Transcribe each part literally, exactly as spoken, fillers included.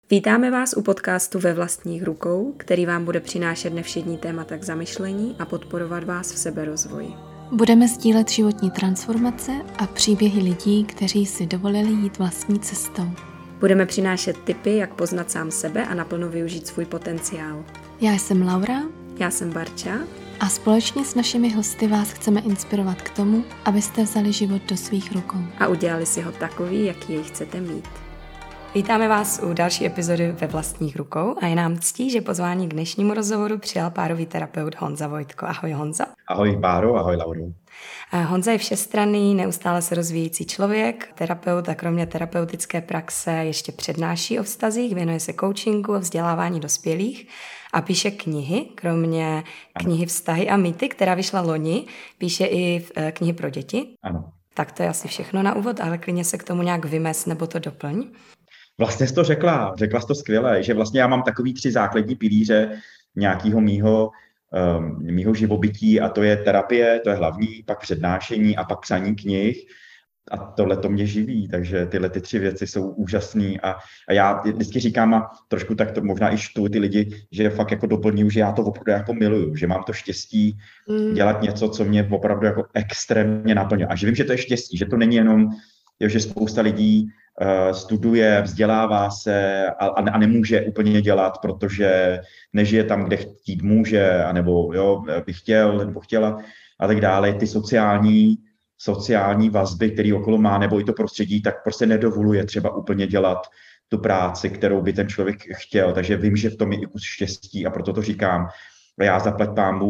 Vítáme vás u podcastu Ve vlastních rukou, který vám bude přinášet nevšední témata k zamyšlení a podporovat vás v seberozvoji. Budeme sdílet životní transformace a příběhy lidí, kteří si dovolili jít vlastní cestou. Budeme přinášet tipy, jak poznat sám sebe a naplno využít svůj potenciál. Já jsem Laura. Já jsem Barča. A společně s našimi hosty vás chceme inspirovat k tomu, abyste vzali život do svých rukou. A udělali si ho takový, jaký jej chcete mít. Vítáme vás u další epizody Ve vlastních rukou a je nám ctí, že pozvání k dnešnímu rozhovoru přijal párový terapeut Honza Vojtko. Ahoj Honzo. Ahoj Báro, ahoj Lauro. Honza je všestranný, neustále se rozvíjející člověk, terapeut a kromě terapeutické praxe ještě přednáší o vztazích, věnuje se coachingu a vzdělávání dospělých a píše knihy, kromě knihy Vztahy a mýty, která vyšla loni, píše i knihy pro děti. Ano. Tak to je asi všechno na úvod, ale klidně se k tomu nějak vymez nebo to doplň. Vlastně jsi to řekla, řekla jsi to skvěle, že vlastně já mám takový tři základní pilíře nějakého mýho, um, mýho živobytí a to je terapie, to je hlavní, pak přednášení a pak psaní knih a tohle to mě živí, takže tyhle ty tři věci jsou úžasný a, a já vždycky říkám a trošku tak to možná i štvu ty lidi, že fakt jako doplňuju, že já to opravdu jako miluju, že mám to štěstí mm. dělat něco, co mě opravdu jako extrémně naplňuje a že vím, že to je štěstí, že to není jenom, jo, že spousta lidí Uh, studuje, vzdělává se a, a nemůže úplně dělat, protože nežije tam, kde chtít může, anebo jo, by chtěl, nebo chtěla a tak dále. Ty sociální, sociální vazby, které okolo má, nebo i to prostředí, tak prostě nedovoluje třeba úplně dělat tu práci, kterou by ten člověk chtěl. Takže vím, že v tom je i kus štěstí a proto to říkám. Já zaplať pámbu,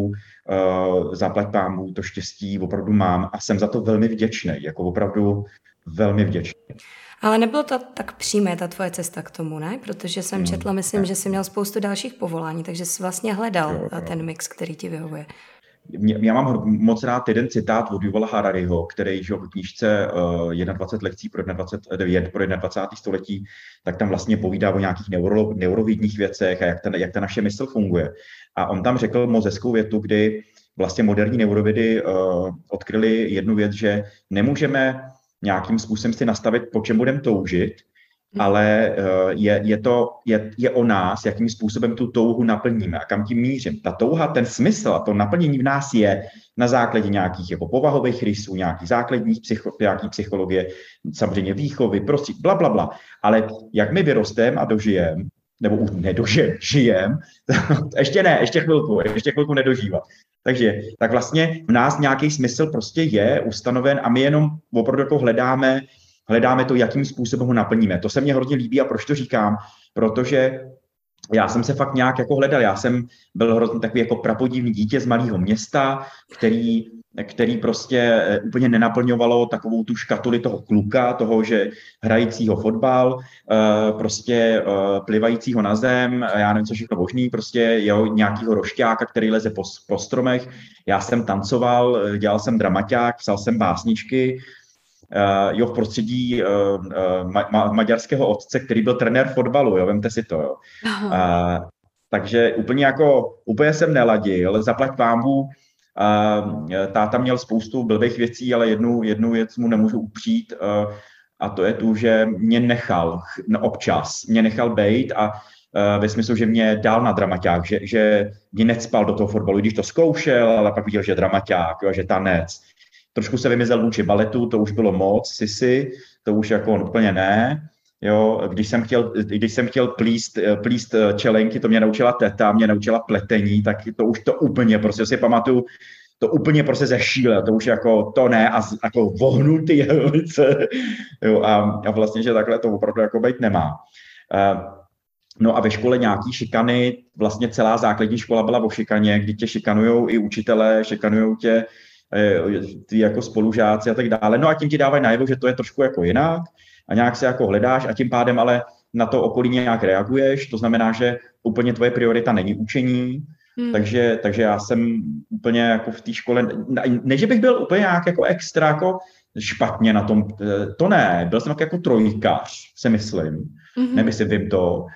uh, zaplať pámbu, to štěstí opravdu mám a jsem za to velmi vděčný, jako opravdu velmi vděčný. Ale nebylo to tak přímé, ta tvoje cesta k tomu, ne? Protože jsem četla, myslím, že jsi měl spoustu dalších povolání, takže jsi vlastně hledal jo, jo. ten mix, který ti vyhovuje. Já mám moc rád jeden citát od Yuvala Harariho, který že v knížce uh, dvacet jedna lekcí pro dvacet pro jednadvacáté století, tak tam vlastně povídá o nějakých neuro, neurovidních věcech a jak ta, jak ta naše mysl funguje. A on tam řekl moc hezkou větu, kdy vlastně moderní neurovědy uh, odkryli jednu věc, že nemůžeme nějakým způsobem si nastavit, po čem budeme toužit, ale je, je to je, je o nás, jakým způsobem tu touhu naplníme a kam tím mířím. Ta touha, ten smysl a to naplnění v nás je na základě nějakých jako povahových rysů, nějakých základních psycho, nějaký psychologie, samozřejmě výchovy, prostě bla, bla, bla. Ale jak my vyrosteme a dožijeme, nebo už nedožijeme, žijem, ještě ne, ještě chvilku, ještě chvilku nedožívat. Takže tak vlastně v nás nějaký smysl prostě je ustanoven a my jenom opravdu jako hledáme, hledáme to, jakým způsobem ho naplníme. To se mně hodně líbí a proč to říkám? Protože já jsem se fakt nějak jako hledal. Já jsem byl hrozně takový jako prapodivný dítě z malého města, který, který prostě úplně nenaplňovalo takovou tu škatuli toho kluka, toho, že hrajícího fotbal, prostě plivajícího na zem, já nevím, co všechno možný, prostě jo, nějakýho rošťáka, který leze po, po stromech. Já jsem tancoval, dělal jsem dramaťák, psal jsem básničky, Uh, jo, v prostředí uh, uh, ma- ma- maďarského otce, který byl trenér fotbalu, jo, vemte si to, jo. Uh, takže úplně jako, úplně jsem neladil, zaplať pánbůh, uh, táta měl spoustu blbých věcí, ale jednu, jednu věc mu nemůžu upřít uh, a to je tu, že mě nechal no, občas, mě nechal bejt a uh, ve smyslu, že mě dal na dramaťák, že, že mě necpal do toho fotbalu, když to zkoušel, ale pak viděl, že dramaťák, jo, že tanec. Trošku se vymizel vůči baletu, to už bylo moc, sisi, to už jako úplně ne. Jo, když jsem chtěl, když jsem chtěl plíst, plíst čelenky, to mě naučila teta, mě naučila pletení, tak to už to úplně, prostě si pamatuju, to úplně prostě zešílel, to už jako to ne a jako vohnul ty jehlice. Jo, a, a vlastně, že takhle to opravdu jako být nemá. No a ve škole nějaký šikany, vlastně celá základní škola byla o šikaně, kdy tě šikanujou i učitelé, šikanujou tě ty jako spolužáci a tak dále. No a tím ti dávají najevo, že to je trošku jako jinak a nějak se jako hledáš a tím pádem ale na to okolí nějak reaguješ. To znamená, že úplně tvoje priorita není učení, hmm. takže, takže já jsem úplně jako v té škole, ne, že bych byl úplně nějak jako extra jako špatně na tom, to ne, byl jsem jako trojkař, si myslím, hmm. nemyslím, vím to.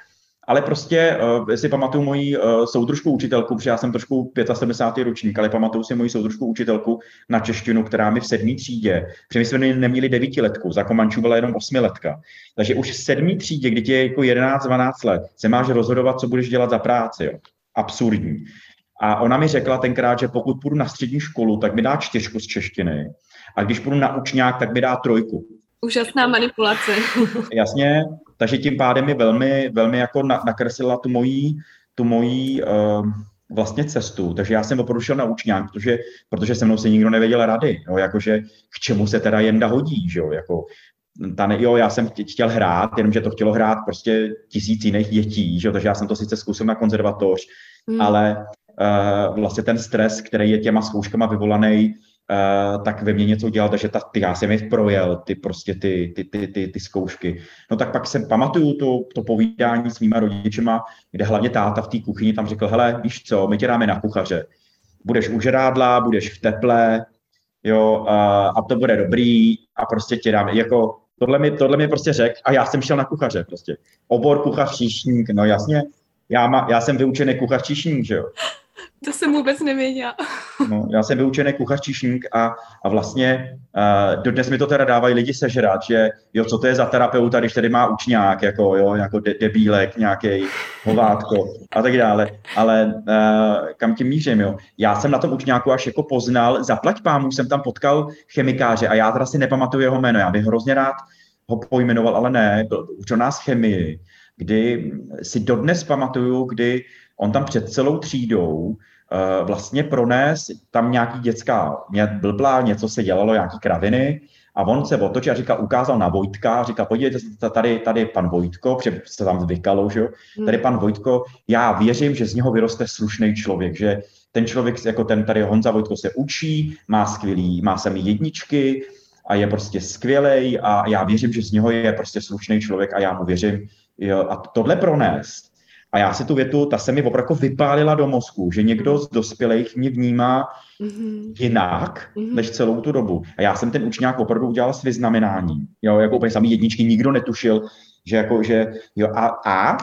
ale prostě uh, si pamatuju moji uh, soudružku učitelku, protože já jsem trošku sedmdesátý pátý ročník, ale pamatuju si moji soudružku učitelku na češtinu, která mi v sedmý třídě, protože my jsme neměli devítiletku, za Komančů byla jenom osmiletka. Takže už v sedmý třídě, kdy tě je jako jedenáct dvanáct let, se máš rozhodovat, co budeš dělat za práci. Jo. Absurdní. A ona mi řekla tenkrát, že pokud půjdu na střední školu, tak mi dá čtyřku z češtiny. A když půjdu na učňák, tak mi dá trojku. Úžasná manipulace. Jasně, takže tím pádem mi velmi, velmi jako nakreslila tu mojí, tu mojí uh, vlastně cestu. Takže já jsem opravdu šel na učňák, protože, protože se mnou se nikdo nevěděl rady. Jo, jakože k čemu se teda Jenda hodí, že jo, jako ta ne, jo, já jsem chtěl hrát, jenomže to chtělo hrát prostě tisíc jiných dětí, že jo, takže já jsem to sice zkusil na konzervatoř, hmm. ale uh, vlastně ten stres, který je těma zkouškama vyvolaný, Uh, tak ve mně něco dělal, takže ta, ty, já jsem je projel, ty prostě ty, ty, ty, ty, ty zkoušky. No tak pak jsem pamatuju to, to povídání s mýma rodičema, kde hlavně táta v té kuchyni tam řekl, hele, víš co, my tě dáme na kuchaře. Budeš u žrádla, budeš v teple, jo, a, a to bude dobrý a prostě tě dáme, jako tohle mi, tohle mi prostě řekl a já jsem šel na kuchaře prostě. Obor kuchař číšník, no jasně, já, má, já jsem vyučený kuchař číšník, že jo. To jsem vůbec nevěděla. No, já jsem vyučený kuchař číšník a, a vlastně uh, dodnes mi to teda dávají lidi sežrat, že jo, co to je za terapeuta, když tady má učňák, jako jo, jako de- debílek, nějaký hovátko a tak dále. Ale uh, kam tím mířím, jo? Já jsem na tom učňáku až jako poznal, zaplať pámu, jsem tam potkal chemikáře a já teda si nepamatuju jeho jméno, já bych hrozně rád ho pojmenoval, ale ne, učil nás chemii, kdy si dodnes pamatuju, kdy on tam před celou třídou uh, vlastně prones tam nějaký dětská blblá, něco se dělalo, nějaký kraviny a on se otočil a říkal, ukázal na Vojtka, říkal, podívejte, tady, tady pan Vojtko, protože se tam zvykalo, že jo, tady pan Vojtko, já věřím, že z něho vyroste slušný člověk, že ten člověk, jako ten tady Honza Vojtko se učí, má skvělý, má samý jedničky a je prostě skvělej a já věřím, že z něho je prostě slušný člověk a já mu věřím, jo, a tohle pronést. A já si tu větu, ta se mi opravdu vypálila do mozku, že někdo z dospělých mě vnímá mm-hmm. jinak, mm-hmm. než celou tu dobu. A já jsem ten učňák opravdu udělal s vyznamenáním. Jo, jako úplně samý jedničky, nikdo netušil, že jako, že jo, a, a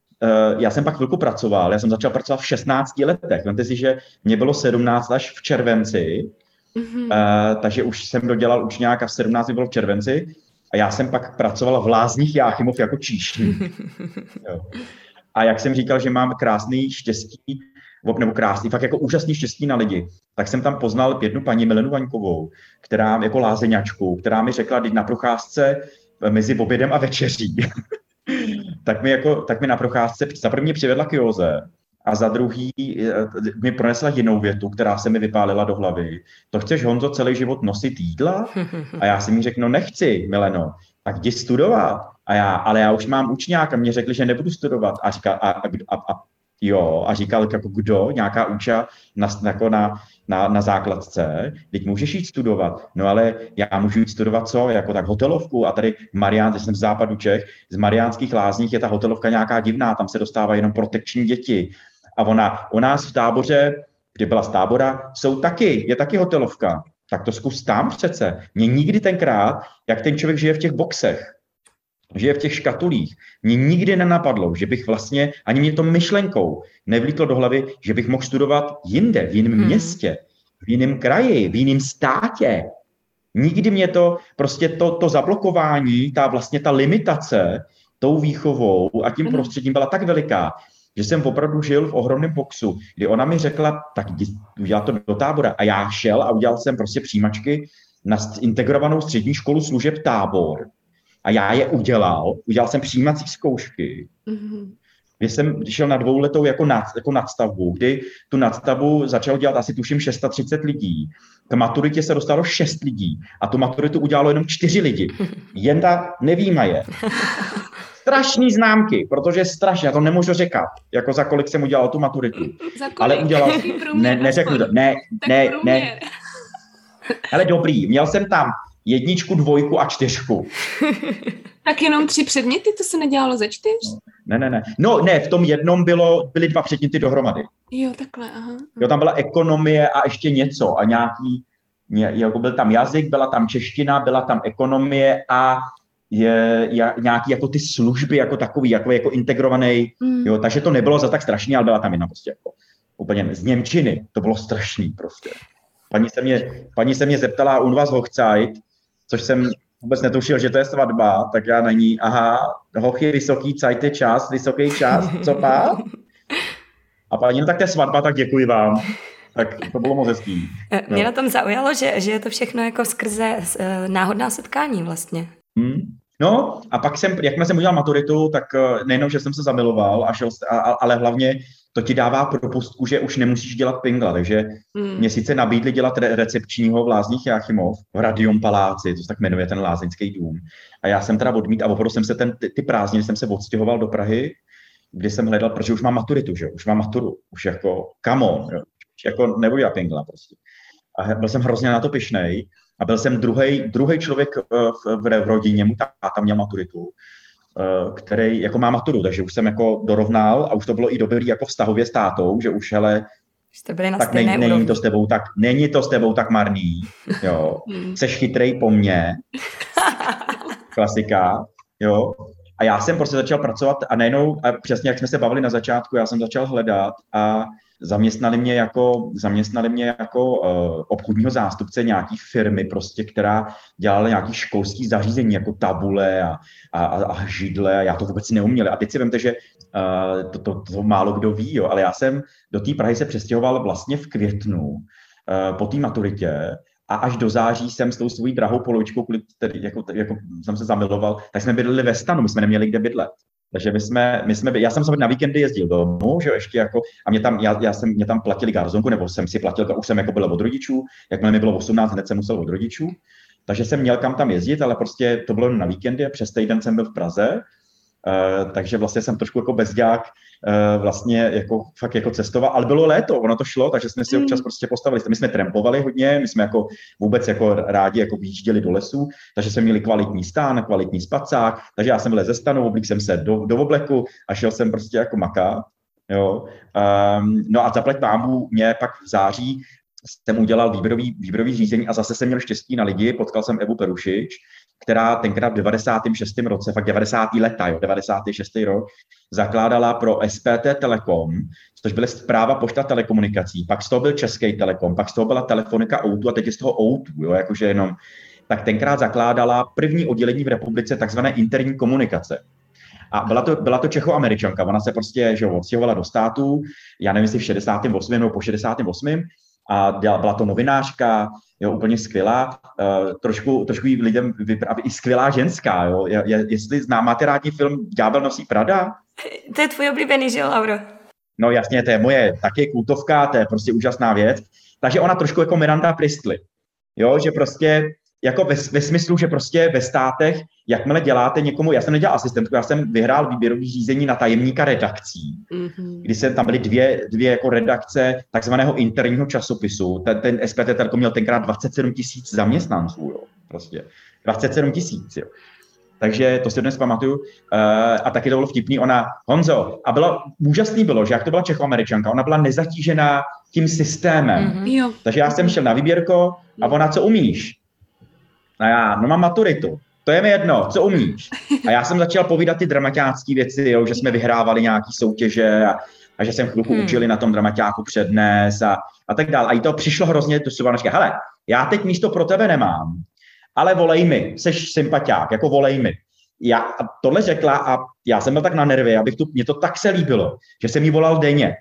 uh, já jsem pak chvilku pracoval, já jsem začal pracovat v šestnácti letech. Vemte si, že mě bylo sedmnáct až v červenci, mm-hmm. uh, takže už jsem dodělal učňák a v sedmnácti bylo v červenci a já jsem pak pracoval v Lázních Jáchymov jako číšník. Jo. A jak jsem říkal, že mám krásný štěstí, nebo krásný, fakt jako úžasný štěstí na lidi, tak jsem tam poznal jednu paní Milenu Vaňkovou, která jako lázeňačku, která mi řekla, když na procházce mezi obědem a večeří, tak, mi jako, tak mi na procházce za první přivedla k józe a za druhý mi pronesla jinou větu, která se mi vypálila do hlavy. To chceš, Honzo, celý život nosit jídla? A já si mi řekl, no nechci, Mileno, tak jdi studovat. A já, ale já už mám učňák a mě řekli, že nebudu studovat. A říkal, a, a, a, a jo, a říkal, jako kdo, nějaká uča na, jako na, na, na základce, teď můžeš jít studovat. No ale já můžu jít studovat co? Jako tak hotelovku. A tady Marián, jsem z západu Čech, z Mariánských Lázních je ta hotelovka nějaká divná, tam se dostávají jenom protekční děti. A ona, u nás v Táboře, kde byla z Tábora, jsou taky, je taky hotelovka. Tak to zkus tam přece. Mě nikdy tenkrát, jak ten člověk žije v těch boxech, žije v těch škatulích, mě nikdy nenapadlo, že bych vlastně, ani mě to myšlenkou nevlítlo do hlavy, že bych mohl studovat jinde, v jiném hmm. městě, v jiném kraji, v jiném státě. Nikdy mě to, prostě to, to zablokování, ta vlastně ta limitace tou výchovou a tím hmm. prostředím byla tak veliká, že jsem opravdu žil v ohromném boxu, kdy ona mi řekla, tak udělal to do Tábora. A já šel a udělal jsem prostě přijímačky na integrovanou střední školu služeb Tábor. A já je udělal, udělal jsem přijímací zkoušky, mm-hmm. kdy jsem šel na dvouletou jako, nad, jako nadstavbu, kdy tu nadstavbu začal dělat asi tuším tři sta šedesát lidí. K maturitě se dostalo šest lidí a tu maturitu udělalo jenom čtyři lidi. Jenda nevýmaje. Strašný známky, protože strašně, já to nemůžu říkat, jako za kolik jsem udělal tu maturitu. Za kolik? Ale udělal, ne, neřeknu to, ne, ne, ne. Ale dobrý, měl jsem tam jedničku, dvojku a čtyřku. Tak jenom tři předměty, to se nedělalo ze čtyř? Ne, ne, ne. No ne, v tom jednom bylo, byly dva předměty dohromady. Jo, takhle, aha. Jo, tam byla ekonomie a ještě něco a nějaký, jako byl tam jazyk, byla tam čeština, byla tam ekonomie a je, je nějaký jako ty služby jako takový, jako, jako integrovaný, mm. jo, takže to nebylo za tak strašný, ale byla tam jedna prostě jako úplně z němčiny, to bylo strašný prostě. Paní se mě, paní se mě zeptala, un vás hochzeit, což jsem vůbec netušil, že to je svatba, tak já na ní, aha, hochy, vysoký, cajt je čas, vysoký čas, co pá? A paní, no tak to je svatba, tak děkuji vám. Tak to bylo moc hezký. Mě na tom zaujalo, že, že je to všechno jako skrze náhodná setkání vlastně. Hmm. No a pak jsem, jakmile jsem udělal maturitu, tak nejenom, že jsem se zamiloval, a šel, a, ale hlavně to ti dává propustku, že už nemusíš dělat pingla, takže hmm. mě sice nabídli dělat re- recepčního v Lázních Jáchymov, v Radium Paláci, to se tak jmenuje ten lázeňský dům. A já jsem teda odmít a opravdu jsem se ten, ty, ty prázdniny jsem se odstěhoval do Prahy, kdy jsem hledal, protože už mám maturitu, že už mám maturu, už jako come on, jo. Jako nebudu dělat pingla prostě. A byl jsem hrozně na to pyšnej a byl jsem druhý člověk v, v, v rodině, můj táta měl maturitu, který jako má maturu, takže už jsem jako dorovnal a už to bylo i dobrý jako vztahově s tátou, že už hele, tak ne, není to s tebou tak, není to s tebou tak marný, jo, seš chytrej po mně, klasika, jo, a já jsem prostě začal pracovat a nejenom, a přesně jak jsme se bavili na začátku, já jsem začal hledat a zaměstnali mě jako, zaměstnali mě jako uh, obchodního zástupce nějaký firmy, prostě, která dělala nějaký školský zařízení, jako tabule a, a, a židle, a já to vůbec neuměl. A teď si vemte, že uh, to, to, to málo kdo ví, jo, ale já jsem do té Prahy se přestěhoval vlastně v květnu uh, po té maturitě a až do září jsem s tou svojí drahou polovičkou, který jako, jako jsem se zamiloval, tak jsme bydleli ve stanu, my jsme neměli kde bydlet. Takže my jsme, my jsme, já jsem samozřejmě na víkendy jezdil domů, že jo, ještě jako, a mě tam, já, já jsem, mě tam platili garzonku, nebo jsem si platil, už jsem jako byl od rodičů, jakmile mi bylo osmnáct, hned jsem musel od rodičů, takže jsem měl kam tam jezdit, ale prostě to bylo na víkendy a přes týden jsem byl v Praze, uh, takže vlastně jsem trošku jako bezďák uh, vlastně jako fakt jako cestoval, ale bylo léto, ono to šlo, takže jsme si občas prostě postavili, my jsme trampovali hodně, my jsme jako vůbec jako rádi jako vyjížděli do lesu, takže jsme měli kvalitní stán, kvalitní spacák, takže já jsem vylez ze stanu, oblík jsem se do, do obleku a šel jsem prostě jako makat, jo. Um, no a zaplať pámbu mě pak v září jsem udělal výběrový, výběrový řízení a zase jsem měl štěstí na lidi, potkal jsem Evu Perušič, která tenkrát v devadesátém šestém roce, fakt devadesátá leta, jo, devadesátý šestý rok, zakládala pro S P T Telekom, což byla Správa pošta telekomunikací, pak z toho byl Český Telekom, pak z toho byla Telefonika O dva a teď je z toho O dva, jo, jakože jenom, tak tenkrát zakládala první oddělení v republice takzvané interní komunikace. A byla to, byla to Čechoameričanka, ona se prostě, že jo, odstěhovala do států, já nevím, jestli v šedesátém osmém nebo po šedesátém osmém a byla to novinářka, jo, úplně skvělá, uh, trošku, trošku jí lidem vypráví, i skvělá ženská, jo, je, je, jestli zná, máte rádi film Ďábel nosí Prada? To je tvůj oblíbený, že jo, Lauro? No jasně, to je moje taky kultovka, to je prostě úžasná věc, takže ona trošku jako Miranda Priestley, jo, že prostě jako ve, ve smyslu, že prostě ve státech, jakmile děláte někomu, já jsem nedělal asistentku, já jsem vyhrál výběrový řízení na tajemníka redakcí, mm-hmm. kdy se tam byly dvě, dvě jako redakce takzvaného interního časopisu. Ten, ten S P T Telekom měl tenkrát dvacet sedm tisíc zaměstnanců, jo, prostě. dvacet sedm tisíc, jo. Takže to si dnes pamatuju. Uh, a taky to bylo vtipný. Ona, Honzo, a bylo, úžasný bylo, že jak to byla Čechoameričanka, ona byla nezatížená tím systémem. Mm-hmm. Takže já jsem šel na výběrko a ona, co umíš? No já, no mám maturitu, to je mi jedno, co umíš? A já jsem začal povídat ty dramaťácké věci, jo, že jsme vyhrávali nějaký soutěže a, a že jsem chvilku hmm. učili na tom dramaťáku přednes a, a tak dále. A jí to přišlo hrozně, to si říká, hele, já teď místo pro tebe nemám, ale volej mi, seš sympatiák, jako volej mi. Já a tohle řekla a já jsem byl tak na nervy, abych tu, mě to tak se líbilo, že jsem jí volal denně.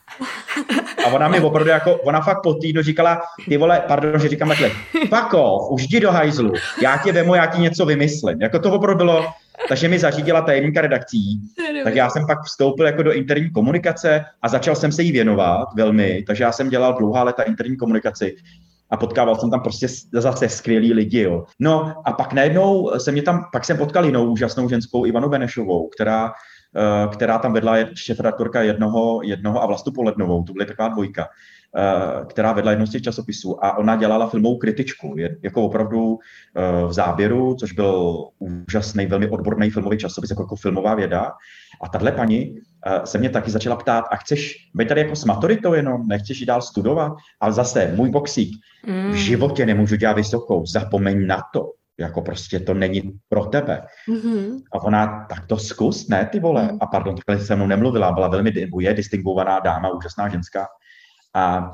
A ona mi opravdu jako, ona fakt po týdnu říkala, ty vole, pardon, že říkám takhle, fuck off, už jdi do hajzlu, já tě vemu, já ti něco vymyslím. Jako to opravdu bylo, takže mi zařídila tajemníka redakcí, tak já jsem pak vstoupil jako do interní komunikace a začal jsem se jí věnovat velmi, takže já jsem dělal dlouhá léta interní komunikaci a potkával jsem tam prostě zase skvělý lidi, jo. No a pak najednou jsem mě tam, pak jsem potkal jinou úžasnou ženskou Ivanu Benešovou, která která tam vedla šéfredaktorka jednoho, jednoho a Vlastu Polednovou, to byla taková dvojka, která vedla jedno z těch časopisů a ona dělala filmovou kritičku, jako opravdu v záběru, což byl úžasný, velmi odborný filmový časopis, jako, jako filmová věda. A tahle paní se mě taky začala ptát, a chceš být tady jako s maturitou jenom, nechceš ji dál studovat? Ale zase, můj boxík, v životě nemůžu dělat vysokou, zapomeň na to. jako prostě to není pro tebe. Mm-hmm. A ona, tak to zkus, ne, ty vole. Mm. A pardon, takhle se mnou nemluvila, byla velmi, je distingovaná dáma, úžasná ženská. A,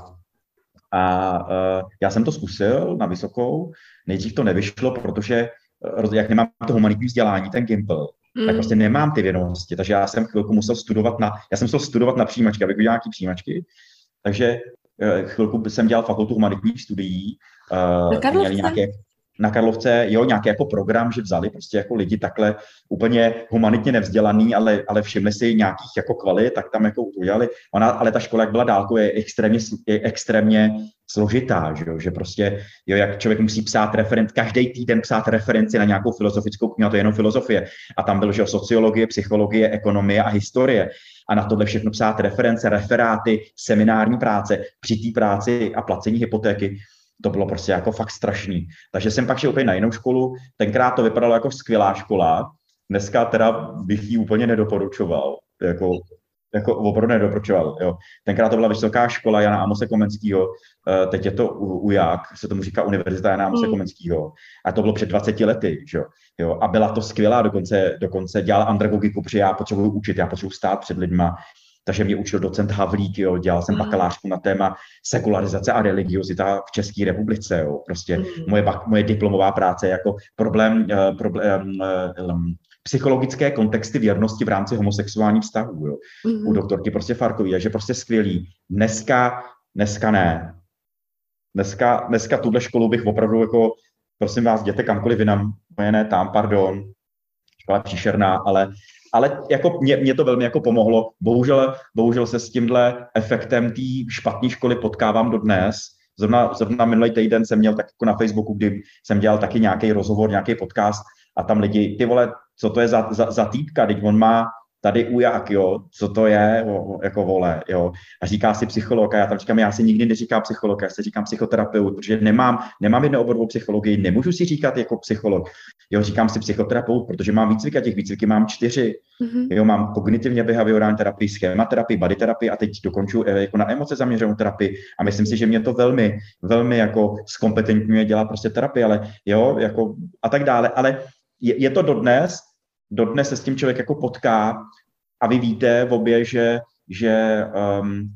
a uh, já jsem to zkusil na vysokou, nejdřív to nevyšlo, protože jak nemám to humanitní vzdělání, ten Gimpel, mm. tak prostě nemám ty vědomosti, takže já jsem chvilku musel studovat na, já jsem musel studovat na přijímačky, abych udělal nějaký přijímačky, takže uh, chvilku jsem dělal fakultu humanitních studií, uh, měli nějaké na Karlovce, jo, nějaký jako program, že vzali prostě jako lidi takhle úplně humanitně nevzdělaný, ale, ale všimli si nějakých jako kvalit, tak tam jako udělali. Ona, ale ta škola, jak byla dálkou, je extrémně, je extrémně složitá, že, jo? Že prostě, jo, jak člověk musí psát referent, každý týden psát referenci na nějakou filozofickou knihu, a to je jenom filozofie. A tam bylo, že jo, sociologie, psychologie, ekonomie a historie. A na tohle všechno psát reference, referáty, seminární práce, při té práci a placení hypotéky. To bylo prostě jako fakt strašný. Takže jsem pak šel úplně na jinou školu. Tenkrát to vypadalo jako skvělá škola. Dneska teda bych ji úplně nedoporučoval. Jako, jako opravdu nedoporučoval. Jo. Tenkrát to byla vysoká škola Jana Amose Komenského. Teď je to UJAK, se tomu říká Univerzita Jana Amose mm. Komenského. A to bylo před dvaceti lety. Že? Jo. A byla to skvělá. Dokonce, dokonce dělala andragogiku, protože já potřebuji učit, já potřebuji stát před lidma. Takže mě učil docent Havlík, jo, dělal jsem bakalářku na téma sekularizace a religiozita v České republice, jo, prostě mm. moje, bak, moje diplomová práce jako problém, uh, problém uh, um, psychologické kontexty věrnosti v rámci homosexuálních vztahů, jo, mm. u doktorky prostě Farkový, takže prostě skvělý. Dneska, dneska ne. Dneska, dneska tuhle školu bych opravdu jako, prosím vás, jděte kamkoliv jinam, ne tam, pardon, škola příšerná, ale Ale jako mě, mě to velmi jako pomohlo. Bohužel, bohužel se s tímhle efektem té špatné školy potkávám dodnes. Zrovna, zrovna minulý týden jsem měl tak jako na Facebooku, kdy jsem dělal taky nějaký rozhovor, nějaký podcast a tam lidi, ty vole, co to je za, za, za týpka, teď on má tady UJAK, jo, co to je, o, jako vole, jo, a říká si psycholog, a já tam říkám, já si nikdy neříkám psycholog, já si říkám psychoterapeut, protože nemám, nemám jednooborovou psychologii, nemůžu si říkat jako psycholog, jo, říkám si psychoterapeut, protože mám výcvik a těch výcviky mám čtyři, mm-hmm. jo, mám kognitivně behaviorální terapii, schématerapii, body terapii a teď dokončuji jako na emoce zaměřenou terapii a myslím si, že mě to velmi, velmi jako zkompetentňuje dělat prostě terapii, ale jo, jako a tak dále, ale je, je to dodnes, dodnes se s tím člověk jako potká a vy víte v obě, že, že, um,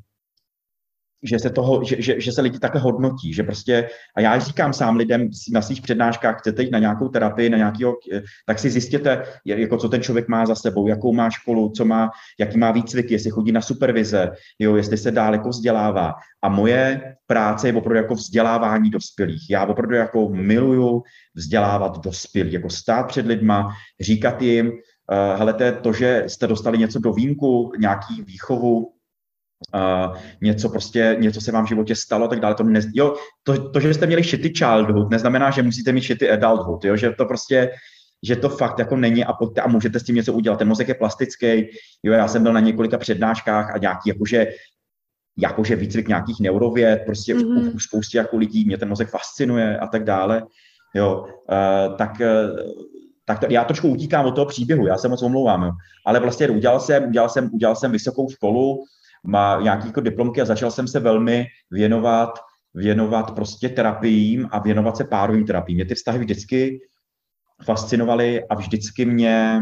že, se toho, že, že, že se lidi takhle hodnotí, že prostě, a já říkám sám lidem na svých přednáškách, chcete jít na nějakou terapii, na nějakýho, tak si zjistěte, jako co ten člověk má za sebou, jakou má školu, co má, jaký má výcvik, jestli chodí na supervize, jo, jestli se dál jako vzdělává. A moje práce je opravdu jako vzdělávání dospělých. Já opravdu jako miluju vzdělávat dospělí, jako stát před lidma, říkat jim, uh, helete, to, že jste dostali něco do vínku, nějaký výchovu, Uh, něco prostě, něco se vám v životě stalo, tak dále. To, ne, jo, to, to, že jste měli shitty childhood, neznamená, že musíte mít shitty adulthood, jo, že to prostě, že to fakt jako není a, pojďte, a můžete s tím něco udělat. Ten mozek je plastický, jo, já jsem byl na několika přednáškách a nějaký jakože, jakože výcvik nějakých neurověd, prostě mm-hmm. u spoustě jako lidí, mě ten mozek fascinuje a tak dále, jo, uh, tak uh, tak to, já trošku utíkám od toho příběhu, já se moc omlouvám, jo, ale vlastně udělal jsem, udělal jsem, udělal jsem vysokou školu, má nějaký jako diplomky a začal jsem se velmi věnovat, věnovat prostě terapiím a věnovat se párovým terapiím. Mě ty vztahy vždycky fascinovaly a vždycky mě,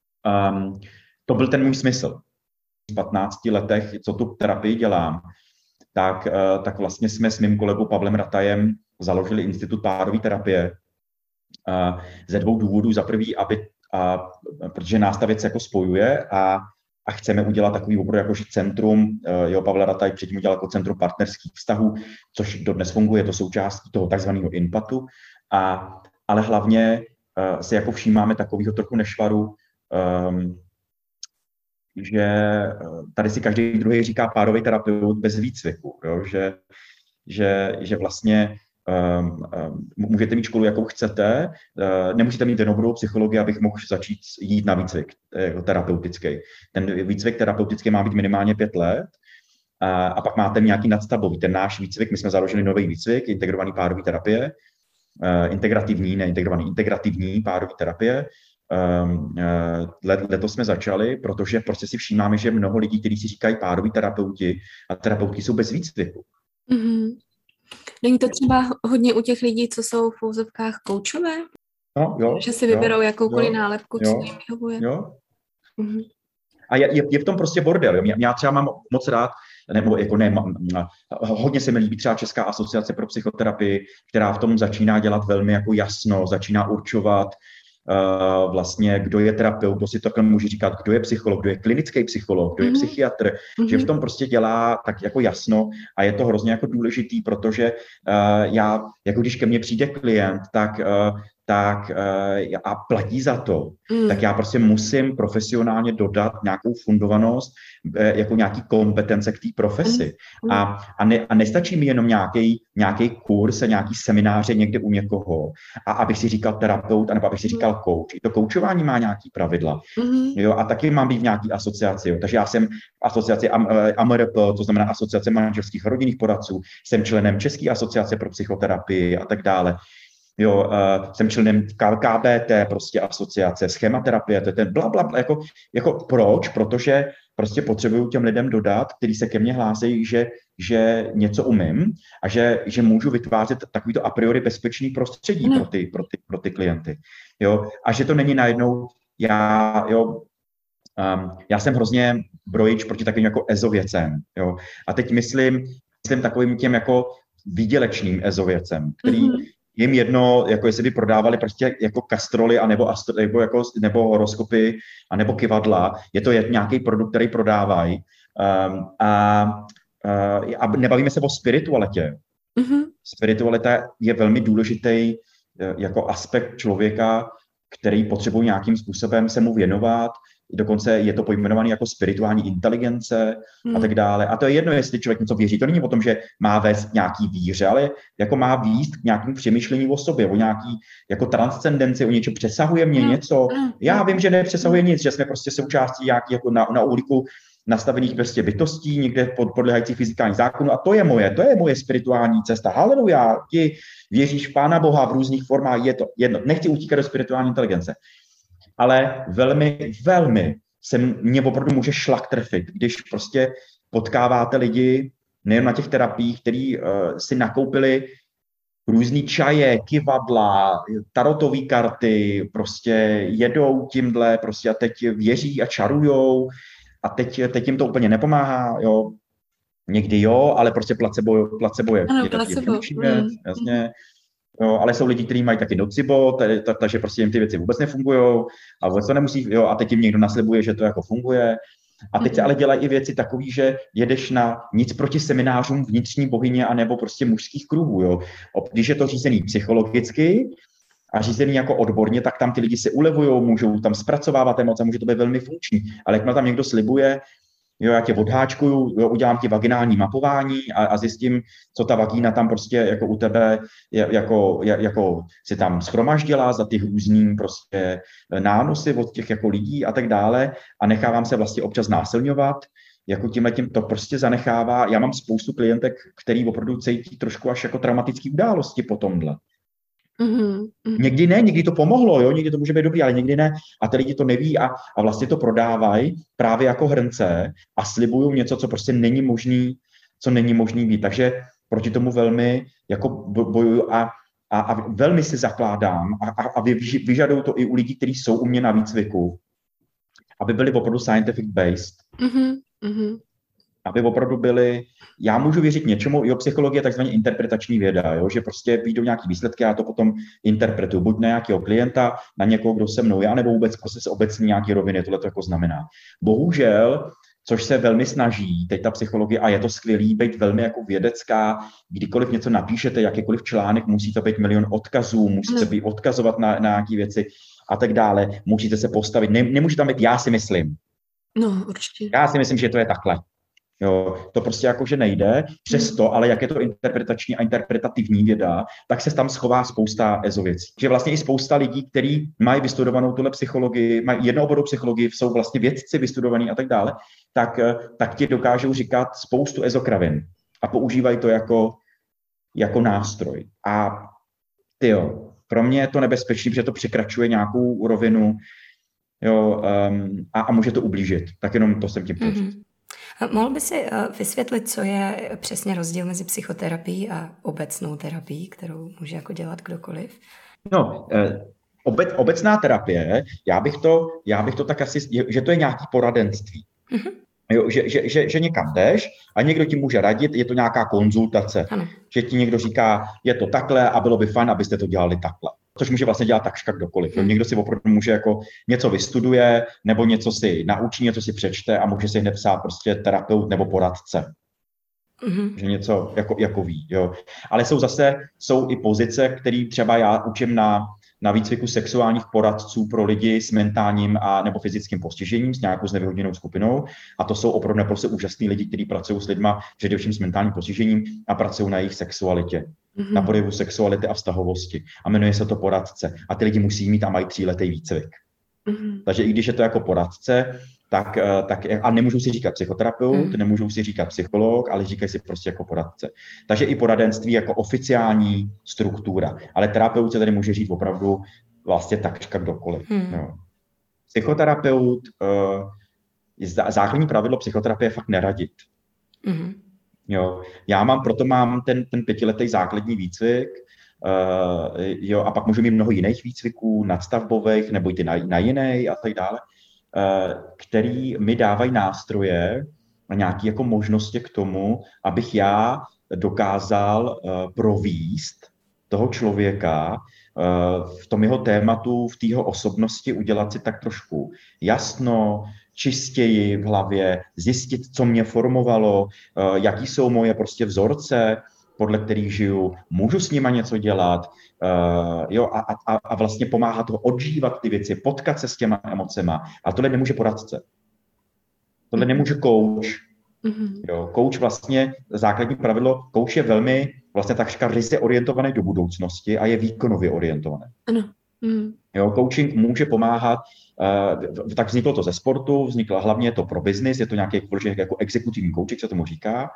um, to byl ten můj smysl. V patnácti letech, co tu terapii dělám, tak, uh, tak vlastně jsme s mým kolegou Pavlem Ratajem založili Institut párové terapie uh, ze dvou důvodů. Za prvý, aby, uh, protože nás ta věc jako spojuje a a chceme udělat takový opravdu jakože centrum, jo, Pavel Rataj předtím udělal jako centrum partnerských vztahů, což dodnes funguje, to součástí toho takzvaného impatu, a, ale hlavně uh, se jako všímáme takového trochu nešvaru, um, že tady si každý druhý říká párový terapeut bez výcviku, jo, že, že, že vlastně Um, um, můžete mít školu, jakou chcete, uh, nemusíte mít jednooborovou psychologii, abych mohl začít jít na výcvik uh, terapeutický. Ten výcvik terapeutický má být minimálně pět let uh, a pak máte nějaký nadstavbový. Ten náš výcvik, my jsme založili nový výcvik, integrovaný párový terapie, uh, integrativní, ne integrovaný, integrativní párový terapie. Um, uh, let, letos jsme začali, protože prostě si všímáme, že mnoho lidí, kteří si říkají pároví terapeuti a terapeutky, jsou bez výcviku. Mm-hmm. Není to třeba hodně u těch lidí, co jsou v úzovkách koučové? No, jo, že si vyberou jo, jakoukoliv jo, nálepku, jo, co jim vyhovuje. Jo. Mhm. A je, je, je v tom prostě bordel. Jo. Já třeba mám moc rád, nebo jako ne, hodně se mi líbí třeba Česká asociace pro psychoterapii, která v tom začíná dělat velmi jako jasno, začíná určovat uh, vlastně, kdo je terapeut, kdo si to může říkat, kdo je psycholog, kdo je klinický psycholog, kdo je Mhm. psychiatr, Mhm. že v tom prostě dělá tak jako jasno a je to hrozně jako důležitý, protože uh, já, jako když ke mně přijde klient, tak uh, tak uh, a platí za to, Mm. tak já prostě musím profesionálně dodat nějakou fundovanost, eh, jako nějaký kompetence k té profesi. Mm. A, a, ne, a nestačí mi jenom nějaký, nějaký kurz a nějaký semináře někde u někoho, a abych si říkal terapeut, anebo abych si říkal coach. I to koučování má nějaký pravidla. Mm. Jo, a taky mám být v nějaký asociaci. Jo. Takže já jsem v asociaci A M R P, to znamená Asociace manželských a rodinných poradců, jsem členem České asociace pro psychoterapii a tak dále. Jo, uh, jsem členem K B T, prostě asociace, schématerapie, to je ten bla, bla, bla, jako, jako proč? Protože prostě potřebuju těm lidem dodat, kteří se ke mně hlásí, že, že něco umím a že, že můžu vytvářet takovýto a priori bezpečný prostředí no. pro, ty, pro, ty, pro ty klienty. Jo, a že to není najednou, já, jo, um, já jsem hrozně brojič proti takovým jako ezověcem, jo, a teď myslím, myslím takovým těm jako výdělečným ezověcem, který mm-hmm. jim jedno, jako jestli by prodávali prostě jako kastroly a nebo, astro, nebo, jako, nebo horoskopy a nebo kyvadla. Je to nějaký produkt, který prodávají. Um, a, uh, a nebavíme se o spiritualitě. Mm-hmm. Spiritualita je velmi důležitý jako aspekt člověka, který potřebuje nějakým způsobem se mu věnovat. Dokonce je to pojmenované jako spirituální inteligence hmm. a tak dále. A to je jedno, jestli člověk něco věří. To není o tom, že má vést nějaký víře, ale jako má výst k nějakým přemýšlení o sobě, o nějaký jako transcendenci, o něčem přesahuje mě hmm. něco. Já vím, že nepřesahuje nic, že jsme prostě součástí nějaký jako na, na uliku nastavených prostě bytostí, někde pod, podléhajících fyzikálních zákonů. A to je moje, to je moje spirituální cesta. Haleluja, ti věříš v Pána Boha v různých formách, je to jedno. Nechci utíkat do spirituální inteligence. Ale velmi, velmi se mě opravdu může šlak trefit, když prostě potkáváte lidi nejen na těch terapiích, který uh, si nakoupili různý čaje, kyvadla, tarotové karty, prostě jedou tímhle, prostě a teď věří a čarujou a teď, teď jim to úplně nepomáhá, jo. Někdy jo, ale prostě placebo, placebo je, ano, je, placebo. je, je věc, mm. jasně. Jo, ale jsou lidi, kteří mají taky nocibo, takže prostě jim ty věci vůbec nefungují a vůbec to nemusí, jo, a teď jim někdo naslibuje, že to jako funguje. A teď se ale dělají i věci takové, že jedeš na nic proti seminářům vnitřní bohyně a nebo prostě mužských kruhů, jo. Když je to řízený psychologicky a řízený jako odborně, tak tam ty lidi se ulevují, můžou tam zpracovávat emoce, může to být velmi funkční, ale jakmile tam někdo slibuje, jo, já tě odháčkuju, jo, udělám ti vaginální mapování a, a zjistím, co ta vagína tam prostě jako u tebe je, jako, je, jako si tam shromaždila za ty různý prostě nánosy od těch jako lidí a tak dále a nechávám se vlastně občas násilňovat, jako tímhletím to prostě zanechává. Já mám spoustu klientek, který opravdu cítí trošku až jako traumatické události po tomhle. Mm-hmm. Někdy ne, někdy to pomohlo, jo, někdy to může být dobrý, ale někdy ne a ty lidi to neví a, a vlastně to prodávají právě jako hrnce a slibují něco, co prostě není možný, co není možný být. Takže proti tomu velmi jako bojuju a, a, a velmi si zakládám a, a, a vyžaduju to i u lidí, kteří jsou u mě na výcviku, aby byli opravdu scientific based. Mm-hmm. Aby opravdu byli, já můžu věřit něčemu, jo, psychologie je takzvaně interpretační věda, jo, že prostě vyjdou nějaký výsledky a já to potom interpretuju, buď na nějakého klienta, na někoho, kdo se mnou, já nebo vůbec prostě se obecně nějaký roviny, tohle to jako znamená. Bohužel, což se velmi snaží, teď ta psychologie, a je to skvělý, být velmi jako vědecká, kdykoliv něco napíšete, jakýkoliv článek, musí to být milion odkazů, musíte být odkazovat na, na nějaké věci a tak dále, musíte se postavit, ne, nemůže tam být já si myslím. No, určitě. Já si myslím, že to je takhle. Jo, to prostě jakože nejde, přesto, ale jak je to interpretační a interpretativní věda, tak se tam schová spousta ezověcí. Že vlastně i spousta lidí, kteří mají vystudovanou tuhle psychologii, mají jednooborovou psychologii, jsou vlastně vědci vystudovaní a tak dále, tak, tak ti dokážou říkat spoustu ezokravin a používají to jako, jako nástroj. A tyjo, pro mě je to nebezpečný, protože to překračuje nějakou rovinu, jo, um, a, a může to ublížit. Tak jenom to jsem tím chtěl říct. Mohl by si vysvětlit, co je přesně rozdíl mezi psychoterapií a obecnou terapií, kterou může jako dělat kdokoliv? No, obec, obecná terapie, já bych to, já bych to tak asi, že to je nějaký poradenství. Mm-hmm. Jo, že, že, že, že někam jdeš a někdo ti může radit, je to nějaká konzultace. Ano. Že ti někdo říká, je to takhle a bylo by fajn, abyste to dělali takhle. Což může vlastně dělat takřka kdokoliv. Hmm. Někdo si opravdu může jako něco vystuduje, nebo něco si naučí, něco si přečte a může si hned psát prostě terapeut nebo poradce. Mm-hmm. Že něco jako, jako ví. Jo. Ale jsou zase, jsou i pozice, které třeba já učím na, na výcviku sexuálních poradců pro lidi s mentálním a nebo fyzickým postižením, s nějakou znevýhodněnou skupinou. A to jsou opravdu naprosto úžasní lidi, kteří pracují s lidma především s mentálním postižením a pracují na jejich sexualitě. Mm-hmm. Na projevu sexuality a vztahovosti. A jmenuje se to poradce. A ty lidi musí mít a mají tříletý výcvik. Mm-hmm. Takže i když je to jako poradce, tak, tak a nemůžou si říkat psychoterapeut, mm. nemůžou si říkat psycholog, ale říkají si prostě jako poradce. Takže i poradenství jako oficiální struktura. Ale terapeut se tady může říct opravdu vlastně takřka kdokoliv. Mm. No. Psychoterapeut, uh, základní pravidlo psychoterapie je fakt neradit. Mm. Jo. Já mám, proto mám ten, ten pětiletý základní výcvik, uh, jo, a pak můžu mít mnoho jiných výcviků, nadstavbových, nebo i na, na jiný a tak dále, uh, který mi dávají nástroje a nějaké jako možnosti k tomu, abych já dokázal uh, províst toho člověka uh, v tom jeho tématu, v té jeho osobnosti udělat si tak trošku jasno, čistěji v hlavě, zjistit, co mě formovalo, jaký jsou moje prostě vzorce, podle kterých žiju, můžu s nima něco dělat, jo, a, a, a vlastně pomáhat ho odžívat ty věci, potkat se s těma emocema. A tohle nemůže poradce. Tohle nemůže coach. Jo, coach vlastně, základní pravidlo, coach je velmi vlastně takřka ryze orientovaný do budoucnosti a je výkonově orientovaný. Ano. Mm. Jo, coaching může pomáhat, uh, tak vzniklo to ze sportu, vzniklo hlavně to pro biznis, je to nějaký jako exekutivní coaching, se tomu říká.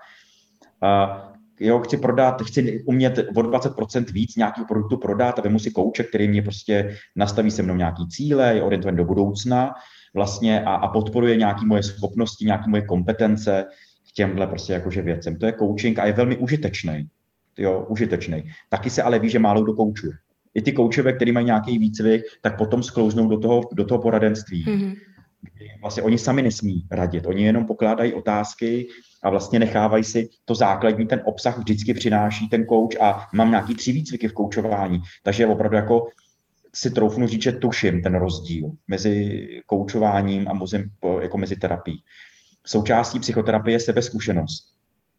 Uh, jo, chci prodat, chci umět o dvacet procent víc nějakého produktu prodat a vemu si kouče, který mě prostě nastaví se mnou nějaký cíle, je orientovaný do budoucna vlastně a, a podporuje nějaké moje schopnosti, nějaké moje kompetence k těmhle prostě jakože věcem. To je coaching a je velmi užitečný. Jo, užitečný. Taky se ale ví, že málo kdo koučuje. I ty koučové, který mají nějaký výcvik, tak potom sklouznou do toho, do toho poradenství. Mm-hmm. Vlastně oni sami nesmí radit, oni jenom pokládají otázky a vlastně nechávají si to základní, ten obsah vždycky přináší ten kouč a mám nějaký tři výcviky v koučování, takže opravdu jako si troufnu říct, že tuším ten rozdíl mezi koučováním a mezi, jako mezi terapií. Součástí psychoterapie je sebezkušenost.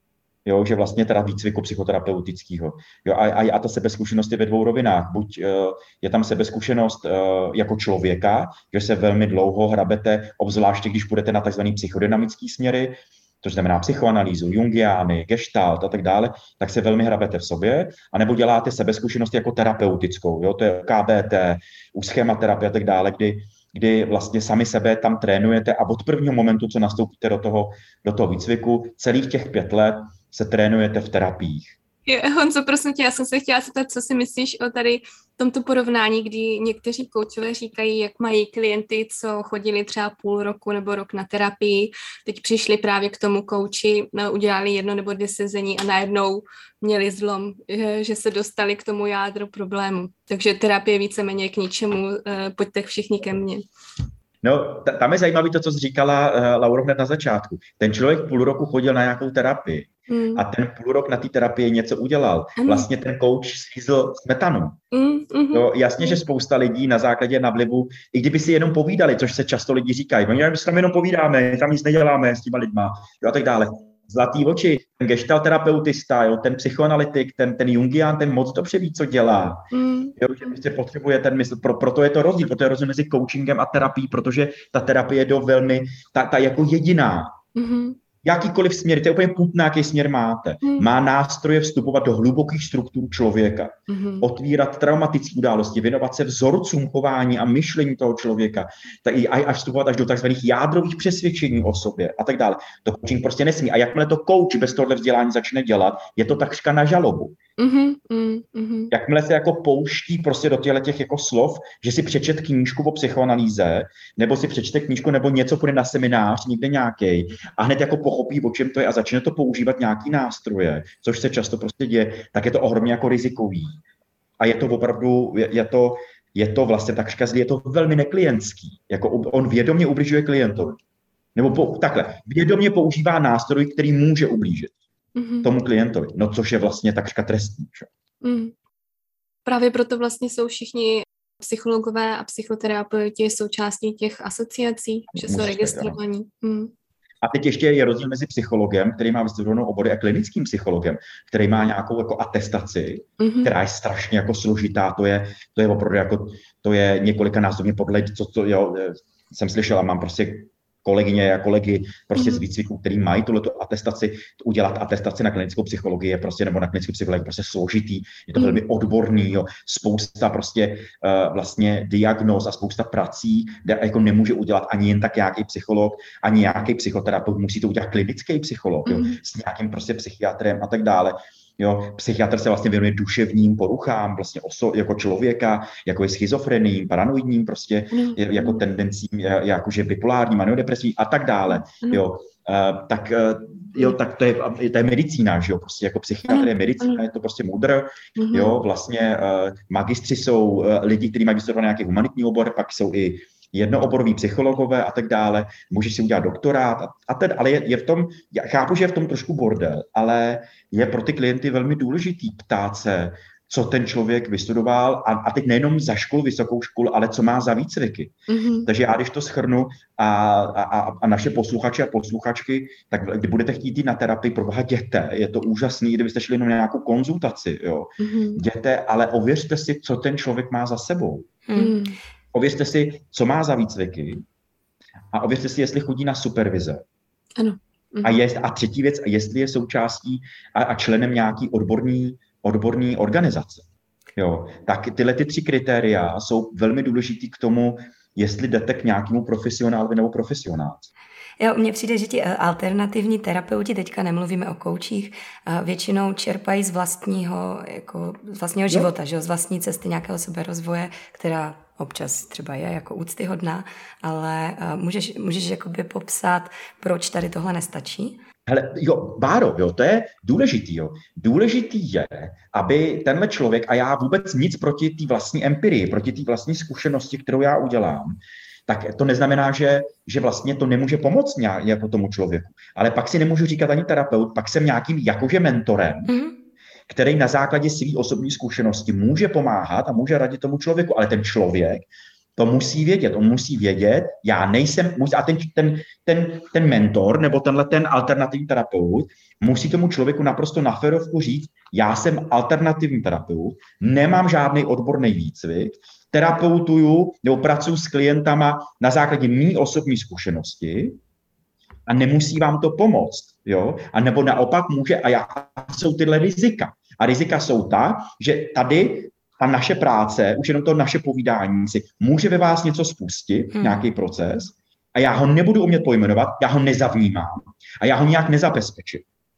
Jo, že vlastně teda výcviku psychoterapeutického. Jo, a, a, a ta sebezkušenost je ve dvou rovinách. Buď uh, je tam sebezkušenost uh, jako člověka, že se velmi dlouho hrabete, obzvláště když půjdete na tzv. Psychodynamické směry, to znamená psychoanalýzu, jungiány, gestalt a tak dále, tak se velmi hrabete v sobě, anebo děláte sebezkušenost jako terapeutickou. Jo, to je K B T, u schématerapie a tak dále, kdy kdy vlastně sami sebe tam trénujete a od prvního momentu, co nastoupíte do toho, do toho výcviku, celých těch pět let se trénujete v terapiích. Jo, Honzo, prosím tě, já jsem se chtěla zeptat, co si myslíš o tady tomto porovnání, kdy někteří koučové říkají, jak mají klienty, co chodili třeba půl roku nebo rok na terapii, teď přišli právě k tomu kouči, no, udělali jedno nebo dvě sezení a najednou měli zlom, že se dostali k tomu jádru problému. Takže terapie víceméně k ničemu, pojďte všichni ke mně. No, t- tam je zajímavé to, co jsi říkala, uh, Lauro, hned na začátku. Ten člověk půl roku chodil na nějakou terapii mm. a ten půl rok na té terapii něco udělal. Mm. Vlastně ten coach slízl smetanu. Mm, mm-hmm. No, jasně, mm. že spousta lidí na základě navlivu, i kdyby si jenom povídali, což se často lidi říkají, my tam jenom povídáme, tam nic neděláme s těma lidma, jo, a tak dále. Zlatý oči, ten gestalterapeutista, jo, ten psychoanalytik, ten, ten jungián, ten moc dobře ví, co dělá. Mm. Jo, že prostě potřebuje ten mysl, pro, proto je to rozdíl, proto je rozdíl mezi coachingem a terapií, protože ta terapie je do velmi, ta, ta jako jediná. Mm-hmm. Jakýkoliv směr, to je úplně putná, jaký směr máte. Mm. Má nástroje vstupovat do hlubokých struktur člověka, mm. otvírat traumatické události, věnovat se vzorcům chování a myšlení toho člověka, tak i až vstupovat až do takzvaných jádrových přesvědčení o sobě a tak dále. To coaching prostě nesmí. A jakmile to coach bez tohohle vzdělání začne dělat, je to takřka na žalobu. Mm-hmm, mm-hmm. Jakmile se jako pouští prostě do těchto těch jako slov, že si přečet knížku o psychoanalýze, nebo si přečte knížku, nebo něco půjde na seminář, někde nějaký, a hned jako pochopí, o čem to je a začne to používat nějaký nástroje, což se často prostě děje, tak je to ohromně jako rizikový. A je to opravdu, je, je to, je to vlastně takřka zlý, je to velmi neklientský. Jako on vědomě ubližuje klientovi. Nebo po, takhle, vědomě používá nástroj, který může ublížit mm-hmm. tomu klientovi. No což je vlastně takřka trestný. Mm. Právě proto vlastně jsou všichni psychologové a psychoterapeuti součástí těch asociací, že jsou registrovaní. Mm. A teď ještě je rozdíl mezi psychologem, který má vystudovanou obory, a klinickým psychologem, který má nějakou jako atestaci, mm-hmm. která je strašně jako složitá. To je, to je opravdu jako, to je několikanásobně podle, co to, jo, jsem slyšela, mám prostě kolegyně a kolegy prostě mm-hmm. z výcviku, který mají tuhleto atestaci, udělat atestaci na klinickou psychologii je prostě, nebo na klinickou psychologii prostě složitý, je to mm-hmm. velmi odborný, jo, spousta prostě uh, vlastně diagnóz a spousta prací, kde jako nemůže udělat ani jen tak nějaký psycholog, ani nějaký psychoterapeut, musí to udělat klinický psycholog, jo, mm-hmm. s nějakým prostě psychiatrem a tak dále. Jo, psychiatr se vlastně věnuje duševním poruchám, vlastně oso, jako člověka, jako je schizofrenním, paranoidním, prostě, mm. jako tendencím, jakože bipolární, maniodepresivní a tak dále. Mm. Jo, uh, tak, uh, jo, tak to je, to je medicína, že jo, prostě jako psychiatr je medicína, je to prostě mudr, mm. jo, vlastně uh, magistři jsou uh, lidi, kteří mají vystudovaný nějaký humanitní obor, pak jsou i jednooboroví psychologové a tak dále, můžeš si udělat doktorát, a, a ten, ale je, je v tom, já chápu, že je v tom trošku bordel, ale je pro ty klienty velmi důležitý ptát se, co ten člověk vystudoval, a, a teď nejenom za školu, vysokou školu, ale co má za výcviky. Mm-hmm. Takže já, když to shrnu a, a, a naše posluchače a posluchačky, tak kdy budete chtít jít na terapii, proboha jděte, je to úžasný, kdybyste šli jenom na nějakou konzultaci, jo. Mm-hmm. Jděte, ale ověřte si, co ten člověk má za sebou. Mm. Ověřte si, co má za výcviky, a ověřte si, jestli chodí na supervize. Ano. A, jest, a třetí věc, jestli je součástí a, a členem nějaký odborný, odborný organizace. Jo. Tak tyhle ty tři kritéria jsou velmi důležitý k tomu, jestli jdete k nějakému profesionálovi nebo profesionálce. Jo, mně přijde, že ti alternativní terapeuti, teďka nemluvíme o koučích, většinou čerpají z vlastního, jako, z vlastního života, že? Z vlastní cesty nějakého seberozvoje, která občas třeba je jako úctyhodná, ale můžeš, můžeš jakoby popsat, proč tady tohle nestačí? Hele, jo, Báro, jo, to je důležitý, jo. Důležitý je, aby tenhle člověk, a já vůbec nic proti té vlastní empirii, proti té vlastní zkušenosti, kterou já udělám, tak to neznamená, že, že vlastně to nemůže pomoct nějak tomu člověku. Ale pak si nemůžu říkat ani terapeut, pak jsem nějakým jakože mentorem, mm-hmm. který na základě své osobní zkušenosti může pomáhat a může radit tomu člověku, ale ten člověk to musí vědět. On musí vědět, já nejsem, a ten, ten, ten, ten mentor nebo tenhle ten alternativní terapeut musí tomu člověku naprosto na férovku říct, já jsem alternativní terapeut, nemám žádný odborný výcvik, terapeutuju nebo pracuji s klientama na základě mý osobní zkušenosti a nemusí vám to pomoct. Jo? A nebo naopak může, a já, jsou tyhle rizika. A rizika jsou ta, že tady ta naše práce, už jenom to naše povídání si může ve vás něco spustit, hmm. nějaký proces, a já ho nebudu umět pojmenovat, já ho nezavnímám a já ho nějak nezabezpečím.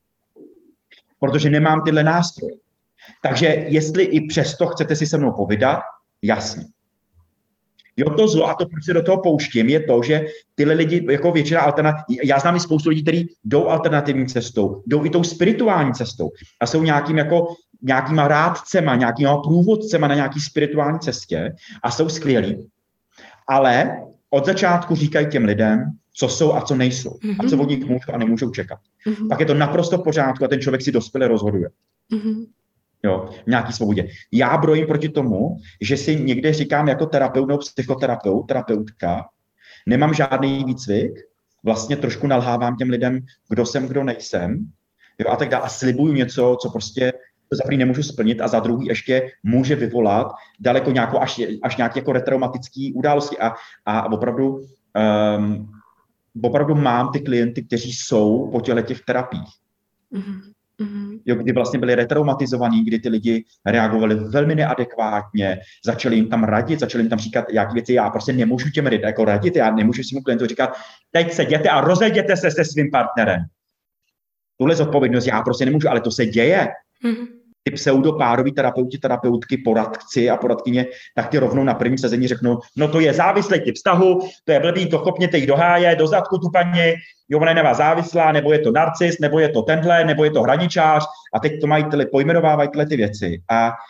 Protože nemám tyhle nástroje. Takže jestli i přesto chcete si se mnou povídat, jasně. Jo, to zlo, a to, proč se do toho pouštím, je to, že tyhle lidi, jako většina alternativ, já znám i spoustu lidí, kteří jdou alternativní cestou, jdou i tou spirituální cestou a jsou nějakým jako nějakýma rádcema, nějakýma průvodcema na nějaký spirituální cestě a jsou skvělí. Ale od začátku říkají těm lidem, co jsou a co nejsou. Mm-hmm. A co od nich můžou a nemůžou čekat. Mm-hmm. Pak je to naprosto v pořádku a ten člověk si dospěle rozhoduje. Mm-hmm. Jo, v nějaký svobodě. Já brojím proti tomu, že si někde říkám jako terapeut nebo psychoterapeut, terapeutka, nemám žádný výcvik, vlastně trošku nalhávám těm lidem, kdo jsem, kdo nejsem, jo, a tak dále. A slibuju něco, co prostě to za první nemůžu splnit a za druhý ještě může vyvolat daleko nějakou, až, až nějaké jako retraumatické události. A, a opravdu, um, opravdu mám ty klienty, kteří jsou po těchto těch terapiích. Mm-hmm. Mm-hmm. Jo, kdy vlastně byli retraumatizovaní, kdy ty lidi reagovali velmi neadekvátně, začali jim tam radit, začali jim tam říkat, jak věci, já prostě nemůžu těm lidem jako radit, já nemůžu svým klientům říkat, teď se jděte a rozejděte se se svým partnerem. Tuhle zodpovědnost já prostě nemůžu, ale to se děje. Mm-hmm. Ty pseudopároví terapeuti, terapeutky, poradci a poradkyně, tak ty rovnou na prvním sezení řeknou, no to je závislý typ vztahu, to je blbý, to chopněte jich do háje, do zadku tu paní, jo, ona je na vás závislá, nebo je to narcis, nebo je to tenhle, nebo je to hraničář, a teď to mají tyhle, pojmenovávají tyhle ty věci. A,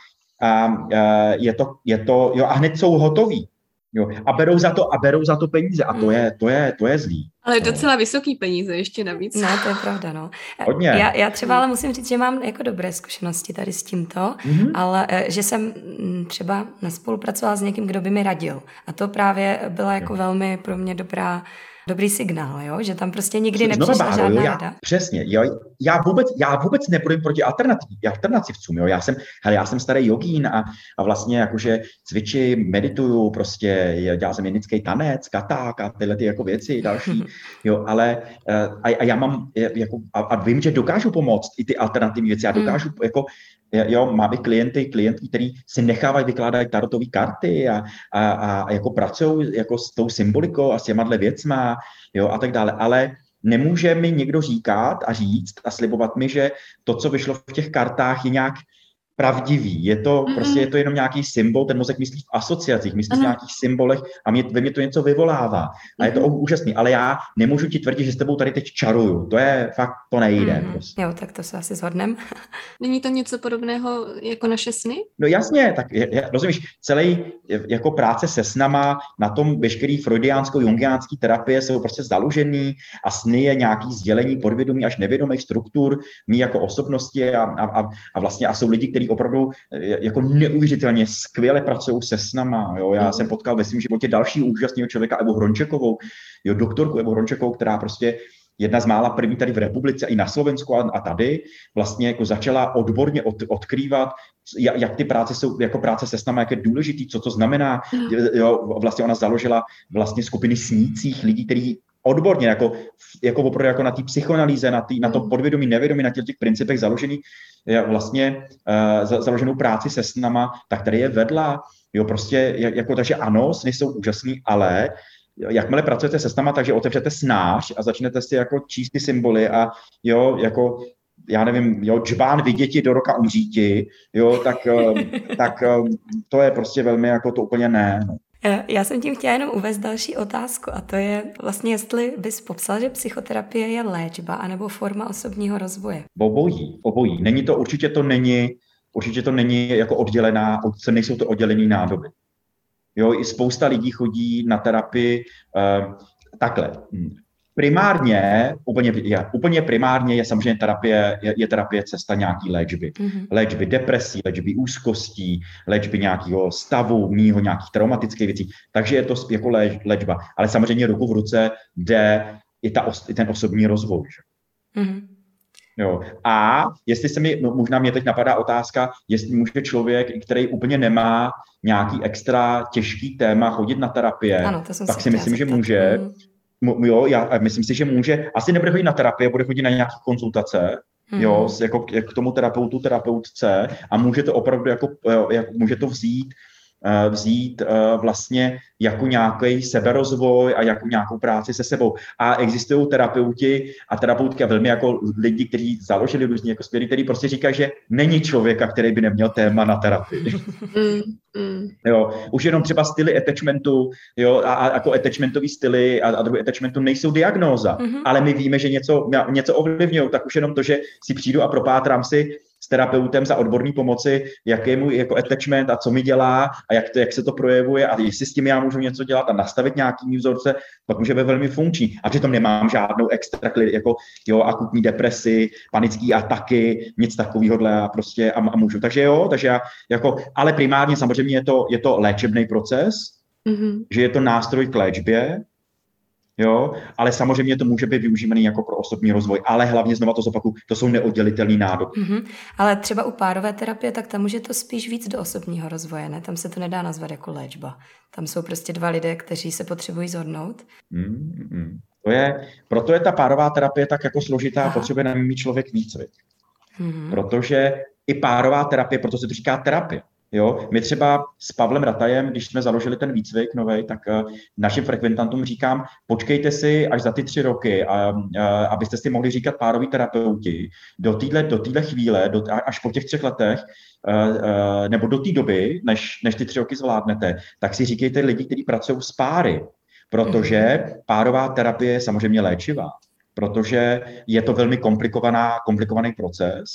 a je to, je to, jo, a hned jsou hotoví. Jo, a berou za to a berou za to peníze a to je, to je, to je zlý. Ale docela vysoký peníze ještě navíc. No, to je pravda, no. Hodně. Já, já třeba ale musím říct, že mám jako dobré zkušenosti tady s tímto, mm-hmm. ale že jsem třeba nespolupracovala s někým, kdo by mi radil. A to právě byla jako velmi pro mě dobrá dobrý signál, jo? Že tam prostě nikdy nepřišla báro, žádná jo, já, rada. Přesně, jo, já vůbec, já vůbec nepůjdu proti alternativ, alternativcům, jo, já jsem, hele, já jsem starý jogín a, a vlastně jakože cvičím, medituju, prostě dělal jsem indický tanec, katák a tyhle ty jako věci další, jo, ale a, a já mám, jako, a, a vím, že dokážu pomoct i ty alternativní věci, já dokážu, mm. jako, jo, mám i klienty, klientky, který si nechávají vykládat tarotové karty a, a, a jako pracují jako s tou symbolikou a s těma věcma, jo, a tak dále, ale nemůže mi někdo říkat a říct a slibovat mi, že to, co vyšlo v těch kartách, je nějak pravdivý. Je to mm-hmm. prostě je to jenom nějaký symbol, ten mozek myslí v asociacích, myslí mm-hmm. v nějakých symbolech a mě, ve mně to něco vyvolává. A mm-hmm. je to úžasný, ale já nemůžu ti tvrdit, že s tebou tady teď čaruju. To je fakt, to nejde. Mm-hmm. Prostě. Jo, tak to se asi shodneme. Není to něco podobného jako naše sny? No jasně, tak je, je, rozumíš, celý jako práce se snama, na tom veškerý freudiánsko-jungiánský terapie jsou prostě založený a sny je nějaký sdělení podvědomí až nevědomých struktur mý jako osobnosti a, a, a vlastně a jsou lidi, kteří opravdu jako neuvěřitelně skvěle pracují se snama. Jo. Já mm. jsem potkal ve svém životě další úžasného člověka, Evu Hrončekovou, jo, doktorku Evu Hrončekovou, která prostě jedna z mála první tady v republice i na Slovensku a, a tady vlastně jako začala odborně od, odkrývat, jak, jak ty práce jsou, jako práce se snama, jak je důležitý, co to znamená. Jo, vlastně ona založila vlastně skupiny snících lidí, kteří odborně, jako, jako opravdu jako na té psychoanalýze, na, tý, na tom podvědomí, nevědomí, na těch, těch principech založený, vlastně uh, za, založenou práci se snama, tak tady je vedla, jo, prostě, jako, takže ano, sny jsou úžasný, ale jakmile pracujete se snama, takže otevřete snář a začnete si jako číst ty symboly a jo, jako já nevím, jo, džbán viděti do roka umříti, jo, tak, tak to je prostě velmi jako to úplně ne, no. Já jsem tím chtěla jenom uvést další otázku a to je vlastně, jestli bys popsal, že psychoterapie je léčba anebo forma osobního rozvoje. Obojí, obojí. Není to, určitě to není, určitě to není jako oddělená, nejsou to oddělený nádoby. Jo, i spousta lidí chodí na terapii uh, takhle. Primárně, úplně, je, úplně primárně je samozřejmě terapie, je, je terapie cesta nějaký léčby. Mm-hmm. Léčby depresí, léčby úzkostí, léčby nějakého stavu, mýho nějakých traumatických věcí. Takže je to jako léč, léčba. Ale samozřejmě ruku v ruce jde i, ta, i ten osobní rozvoj. Mm-hmm. Jo. A jestli se mi, no, možná mě teď napadá otázka, jestli může člověk, který úplně nemá nějaký extra těžký téma chodit na terapie, ano, tak si myslím, že může. Mm. Jo, já myslím si, že může, asi nebude chodit na terapii, bude chodit na nějaké konzultace, hmm. jo, jako k tomu terapeutu, terapeutce a může to opravdu jako, jako může to vzít, vzít vlastně jako nějaký seberozvoj a jako nějakou práci se sebou. A existují terapeuti a terapeutky a velmi jako lidi, kteří založili různě jako skvělí, kteří prostě říkají, že není člověka, který by neměl téma na terapii. Mm, mm. Jo, už jenom třeba styly attachmentu, jo, a, a jako attachmentový styly a, a druhý attachmentu nejsou diagnóza, mm-hmm. ale my víme, že něco, něco ovlivňují, tak už jenom to, že si přijdu a propátrám si s terapeutem za odborný pomoci, jaký je můj jako attachment a co mi dělá a jak, to, jak se to projevuje a jestli s tím já můžu něco dělat a nastavit nějaký vzorce, pak může být velmi funkční. A přitom nemám žádnou extra jako jo, akutní depresi, panické ataky, nic takového a prostě a, a můžu. Takže jo, takže já jako, ale primárně samozřejmě je to, je to léčebný proces, mm-hmm. že je to nástroj k léčbě, jo, ale samozřejmě to může být využívaný jako pro osobní rozvoj, ale hlavně znova to zopakuju, to jsou neoddělitelný nádoby. Mm-hmm. Ale třeba u párové terapie, tak tam může to spíš víc do osobního rozvoje, ne? Tam se to nedá nazvat jako léčba. Tam jsou prostě dva lidé, kteří se potřebují shodnout. Mm-hmm. To je, proto je ta párová terapie tak jako složitá, Aha. potřebuje na ní mít člověk výcvik. Mm-hmm. Protože i párová terapie, proto se to říká terapie. Jo, my třeba s Pavlem Ratajem, když jsme založili ten výcvik novej, tak uh, našim frekventantům říkám, počkejte si až za ty tři roky, a, uh, abyste si mohli říkat pároví terapeuti. Do téhle do téhle chvíle, do, až po těch třech letech, uh, uh, nebo do té doby, než, než ty tři roky zvládnete, tak si říkejte lidi, kteří pracují s páry, protože párová terapie je samozřejmě léčivá, protože je to velmi komplikovaná, komplikovaný proces.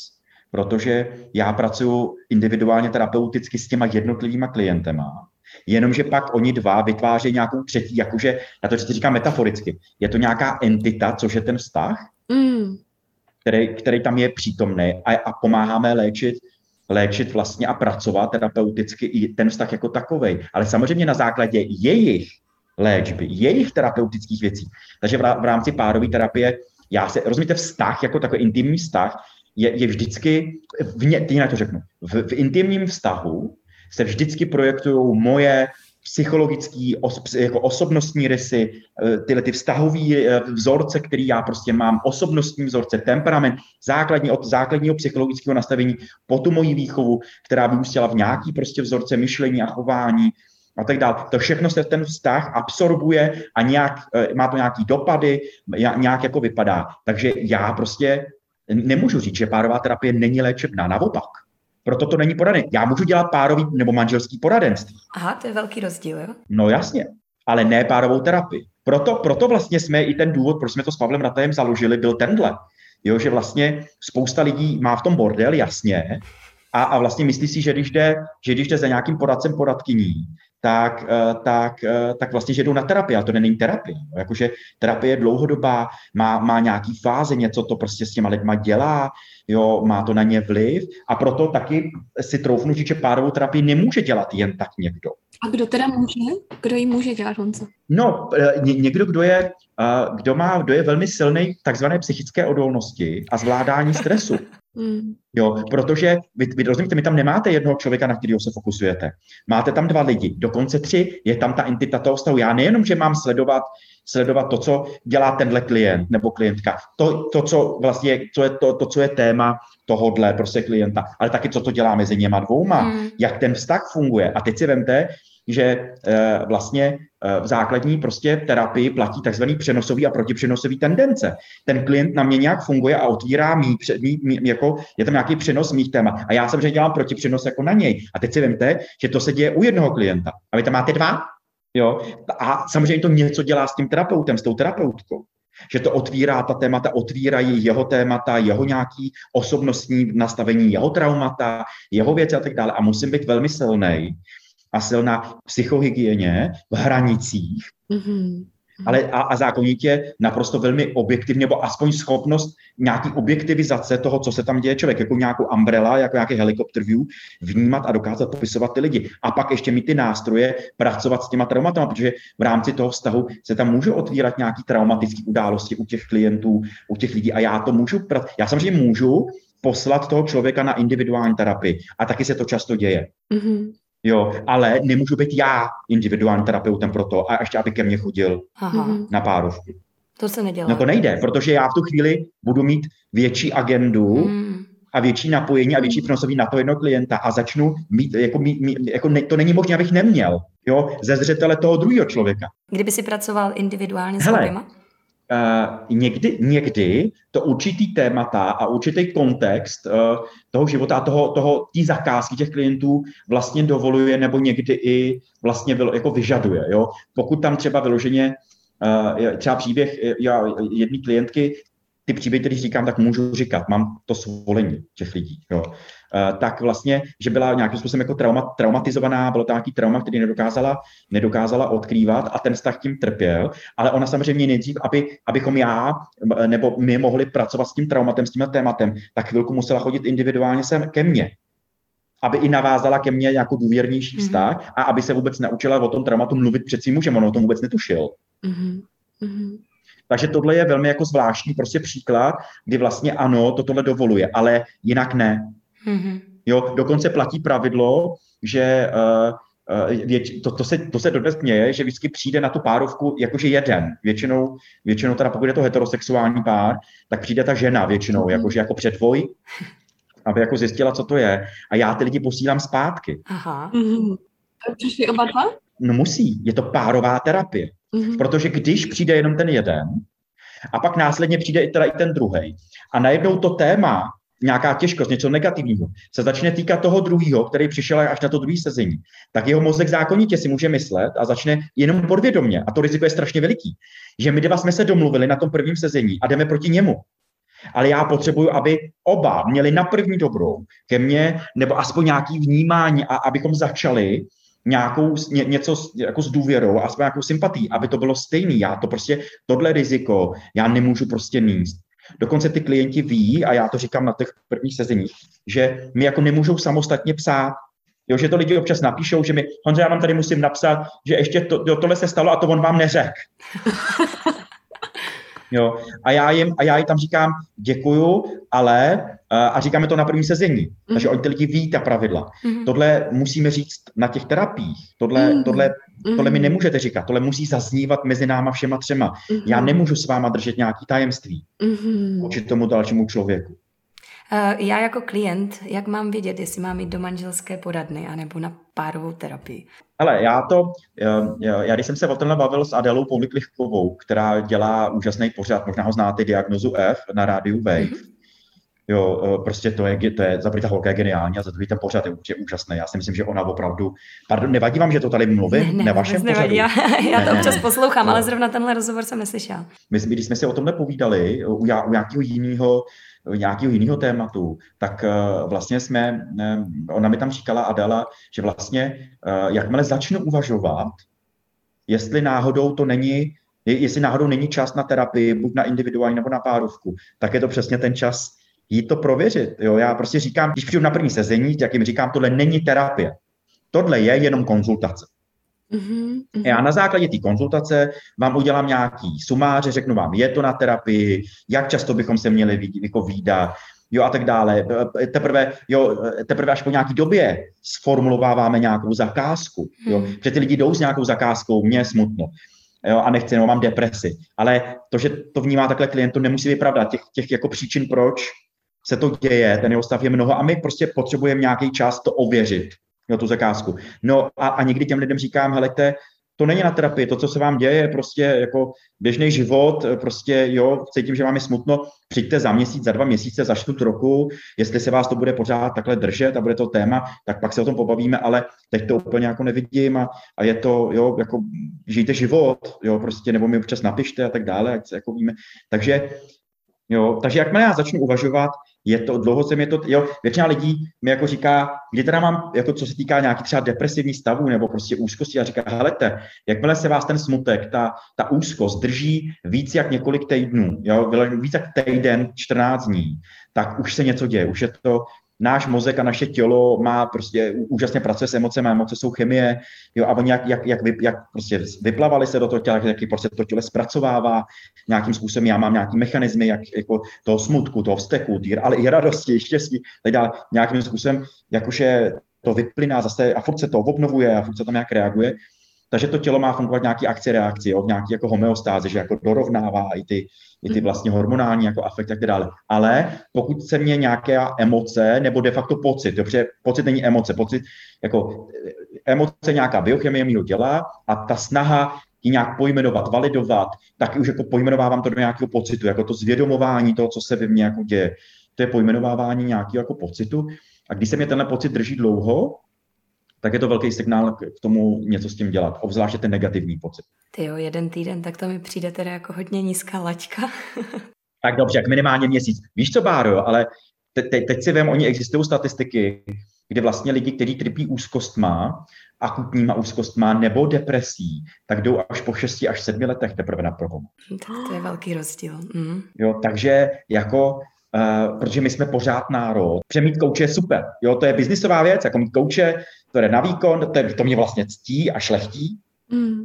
protože já pracuji individuálně terapeuticky s těma jednotlivýma klientema, jenomže pak oni dva vytváří nějakou třetí, jakože, já to říkám metaforicky, je to nějaká entita, což je ten vztah, mm. který, který tam je přítomný a, a pomáháme léčit, léčit vlastně a pracovat terapeuticky i ten vztah jako takovej. Ale samozřejmě na základě jejich léčby, jejich terapeutických věcí. Takže v rámci párové terapie, já se, rozumíte, vztah jako takový intimní vztah je, je vždycky, v, jinak to řeknu, v, v intimním vztahu se vždycky projektují moje psychologické, os, jako osobnostní rysy, tyhle ty vztahové vzorce, který já prostě mám, osobnostní vzorce, temperament, základní, od základního psychologického nastavení po tu moji výchovu, která vyústila v nějaký prostě vzorce myšlení a chování a tak dále. To všechno se ten vztah absorbuje a nějak, má to nějaký dopady, nějak jako vypadá. Takže já prostě nemůžu říct, že párová terapie není léčebná, naopak. Proto to není poradenství. Já můžu dělat párový nebo manželský poradenství. Aha, to je velký rozdíl, jo? No jasně, ale ne párovou terapii. Proto, proto vlastně jsme i ten důvod, proč jsme to s Pavlem Ratajem založili, byl tenhle. Jo, že vlastně spousta lidí má v tom bordel, jasně, a, a vlastně myslí si, že když jde, že když jde za nějakým poradcem poradkyní, tak, tak, tak vlastně, že jdou na terapii, ale to není terapie. Jakože terapie je dlouhodobá, má, má nějaký fáze, něco to prostě s těma lidma dělá, jo, má to na ně vliv a proto taky si troufnu říct, že párovou terapii nemůže dělat jen tak někdo. A kdo teda může? Kdo ji může dělat, Honzo? No, ně, někdo, kdo je, kdo má, kdo je velmi silný takzvané psychické odolnosti a zvládání stresu. Mm. Jo, protože vy, vy rozumíte, my tam nemáte jednoho člověka, na kterého se fokusujete. Máte tam dva lidi, dokonce tři, je tam ta entita toho vztahu. Já nejenom, že mám sledovat, sledovat to, co dělá tenhle klient nebo klientka, to, to co vlastně, co je to, to, co je téma tohodle prostě klienta, ale taky, co to dělá mezi něma dvouma, mm. jak ten vztah funguje. A teď si vemte, že e, vlastně e, v základní prostě terapii platí takzvaný přenosový a protipřenosový tendence. Ten klient na mě nějak funguje a otvírá mý, mý, mý jako je tam nějaký přenos mých témat. A já samozřejmě dělám protipřenos jako na něj. A teď si vemte, že to se děje u jednoho klienta. A vy tam máte dva. Jo? A samozřejmě to něco dělá s tím terapeutem, s tou terapeutkou. Že to otvírá ta témata, otvírají jeho témata, jeho nějaký osobnostní nastavení, jeho traumata, jeho věci a tak dále. A musím být velmi silnej a silná psychohygieně v hranicích, mm-hmm. ale a, a zákonitě naprosto velmi objektivně, nebo aspoň schopnost nějaký objektivizace toho, co se tam děje člověk, jako nějakou umbrella, jako nějaký helikopter view, vnímat a dokázat popisovat ty lidi. A pak ještě mít ty nástroje, pracovat s těma traumatama, protože v rámci toho vztahu se tam můžou otvírat nějaký traumatické události u těch klientů, u těch lidí a já to můžu, já samozřejmě můžu poslat toho člověka na individuální terapii a taky se to často děje. Mm-hmm. Jo, ale nemůžu být já individuální terapeutem pro to a ještě, aby ke mně chodil Aha. na párovku. To se nedělá. No to nejde, protože já v tu chvíli budu mít větší agendu hmm. a větší napojení a větší přenosový na to jednoho klienta a začnu mít, jako, mít, mít, jako ne, to není možné, abych neměl, jo, ze zřetele toho druhého člověka. Kdyby si pracoval individuálně s oběma? Uh, někdy, někdy to určitý témata a určitý kontext uh, toho života a toho, toho, té zakázky těch klientů vlastně dovoluje nebo někdy i vlastně vylo, jako vyžaduje. Jo? Pokud tam třeba vyloženě, uh, třeba příběh já, jedné klientky, ty příběhy, který říkám, tak můžu říkat, mám to svolení těch lidí. Jo? Uh, tak vlastně, že byla nějakým způsobem jako trauma, traumatizovaná, bylo to nějaký trauma, který nedokázala, nedokázala odkrývat a ten vztah tím trpěl, ale ona samozřejmě nejdřív, aby, abychom já nebo my mohli pracovat s tím traumatem, s tím tématem, tak chvilku musela chodit individuálně sem ke mně, aby i navázala ke mně nějakou důvěrnější vztah mm-hmm. a aby se vůbec naučila o tom traumatu mluvit před svým mužem, on o tom vůbec netušil. Mm-hmm. Takže tohle je velmi jako zvláštní prostě příklad, kdy vlastně ano, to tohle dovoluje, ale jinak ne. Mm-hmm. Jo, dokonce platí pravidlo, že uh, uh, věč, to, to, se, to se dodnes měje, že vždycky přijde na tu párovku jakože jeden. Většinou, většinou teda pokud je to heterosexuální pár, tak přijde ta žena většinou, mm-hmm. jakože jako předvoj, aby jako zjistila, co to je. A já ty lidi posílám zpátky. Aha. Mm-hmm. Přišli oba dva? No musí, je to párová terapie. Mm-hmm. Protože když přijde jenom ten jeden a pak následně přijde i teda i ten druhej a najednou to téma, nějaká těžkost, něco negativního, se začne týkat toho druhého, který přišel až na to druhé sezení, tak jeho mozek zákonitě si může myslet a začne jenom podvědomě, a to riziko je strašně veliký, že my dva jsme se domluvili na tom prvním sezení a jdeme proti němu. Ale já potřebuju, aby oba měli na první dobrou ke mně, nebo aspoň nějaký vnímání, a abychom začali nějakou, ně, něco jako s důvěrou, aspoň nějakou sympatii, aby to bylo stejný. Já to prostě, tohle riziko, já nemůžu prostě níst. Dokonce ty klienti ví, a já to říkám na těch prvních sezeních, že mi jako nemůžou samostatně psát. Jo, že to lidi občas napíšou, že mi, Honzo, já vám tady musím napsat, že ještě to, jo, tohle se stalo a to on vám neřekl. Jo, a já jim, a já jim tam říkám, děkuju, ale, a říkáme to na první sezení, mm. takže oni ty lidi ví ta pravidla. Mm. Tohle musíme říct na těch terapiích, tohle, mm. tohle, tohle mi nemůžete říkat, tohle musí zaznívat mezi náma všema třema. Mm. Já nemůžu s váma držet nějaký tajemství mm. vůči tomu dalšímu člověku. Já jako klient, jak mám vědět, jestli mám jít do manželské poradny anebo na párovou terapii? Ale já to, já, já když jsem se o tomhle bavil s Adélou Povlík-Lichkovou, která dělá úžasný pořad, možná ho znáte, Diagnózu F na rádiu Wave. Mm-hmm. Jo, prostě to je, to je, za první ta holka je geniální a za druhý ten pořad je určitě úžasný. Já si myslím, že ona opravdu, pardon, nevadí vám, že to tady mluvím? Ne, ne, ne vašem nevadí, já, já ne, to ne, občas ne, poslouchám, no. ale zrovna tenhle rozhovor jsem neslyšela. My, když jsme si o tomhle povídali, u, u nějakého jiného nějakého jiného tématu, tak uh, vlastně jsme, uh, ona mi tam říkala, Adela, že vlastně uh, jakmile začnu uvažovat, jestli náhodou to není, jestli náhodou není čas na terapii, buď na individuální nebo na párovku, tak je to přesně ten čas jít to prověřit. Jo? Já prostě říkám, když přijdu na první sezení, jak jim říkám, tohle není terapie. Tohle je jenom konzultace. Mm-hmm. Já na základě té konzultace vám udělám nějaký sumáře, řeknu vám, je to na terapii, jak často bychom se měli jako vídat, jo, a tak dále. Teprve, jo, teprve až po nějaký době sformulováváme nějakou zakázku. Jo. Mm. Protože ty lidi jdou s nějakou zakázkou, mně je smutno, jo, a nechci, no, mám depresi. Ale to, že to vnímá takhle klient, to nemusí vypravdat. Těch, těch jako příčin, proč se to děje, ten jeho stav je mnoho a my prostě potřebujeme nějaký čas to ověřit. Jo, tu zakázku. No a, a někdy těm lidem říkám, helejte, to není na terapii, to, co se vám děje, je prostě jako běžný život, prostě jo, cítím, že vám je smutno, přijďte za měsíc, za dva měsíce, za čtvrt roku, jestli se vás to bude pořád takhle držet a bude to téma, tak pak se o tom pobavíme, ale teď to úplně jako nevidím a, a je to, jo, jako žijte život, jo, prostě, nebo mi občas napište a tak dále, ať se jako víme. Takže, jo, takže jakmile já začnu uvažovat, je to, dlouho jsem je to, jo, většina lidí mi jako říká, kdy teda mám, jako co se týká nějaký třeba depresivní stavu nebo prostě úzkosti a říká, helete, jakmile se vás ten smutek, ta, ta úzkost drží víc jak několik týdnů, jo, víc jak týden, čtrnáct dní, tak už se něco děje, už je to, náš mozek a naše tělo má prostě úžasně pracuje s emocemi, emoce jsou chemie, jo, a oni jak, jak, jak, vy, jak prostě vyplavali se do toho těla, jak prostě to tělo zpracovává nějakým způsobem, já mám nějaký mechanismy, jak jako toho smutku, toho vzteku, tý, ale i radosti, štěstí, tak dále, nějakým způsobem, jak už je to vyplyná zase a furt se to obnovuje a furt se tam nějak reaguje, takže to tělo má fungovat nějaký akci, reakci, jo, nějaký jako homeostáze, že jako dorovnává i ty, i ty vlastně hormonální jako afekty a tak dále. Ale pokud se mě nějaké emoce nebo de facto pocit, dobře, pocit není emoce, pocit jako emoce nějaká biochemie mého těla a ta snaha ji nějak pojmenovat, validovat, tak už jako pojmenovávám to do nějakého pocitu, jako to zvědomování toho, co se ve mně jako děje. To je pojmenovávání nějakého jako pocitu. A když se mě tenhle pocit drží dlouho, tak je to velký signál k tomu něco s tím dělat, obzvláště ten negativní pocit. Ty jo, jeden týden, tak to mi přijde teda jako hodně nízká laťka. Tak dobře, jak minimálně měsíc. Víš co, Báro, ale te, te, teď si vem, oni existují statistiky, kde vlastně lidi, kteří trpí úzkostma, akutníma úzkostma nebo depresí, tak jdou až po šesti až sedmi letech teprve na program. Tak to je velký rozdíl. Mm. Jo, takže jako Uh, protože my jsme pořád národ. Protože mít kouče je super. Jo, to je biznisová věc, jako mít kouče, to je na výkon, to, je, to mě vlastně ctí a šlechtí. Mm.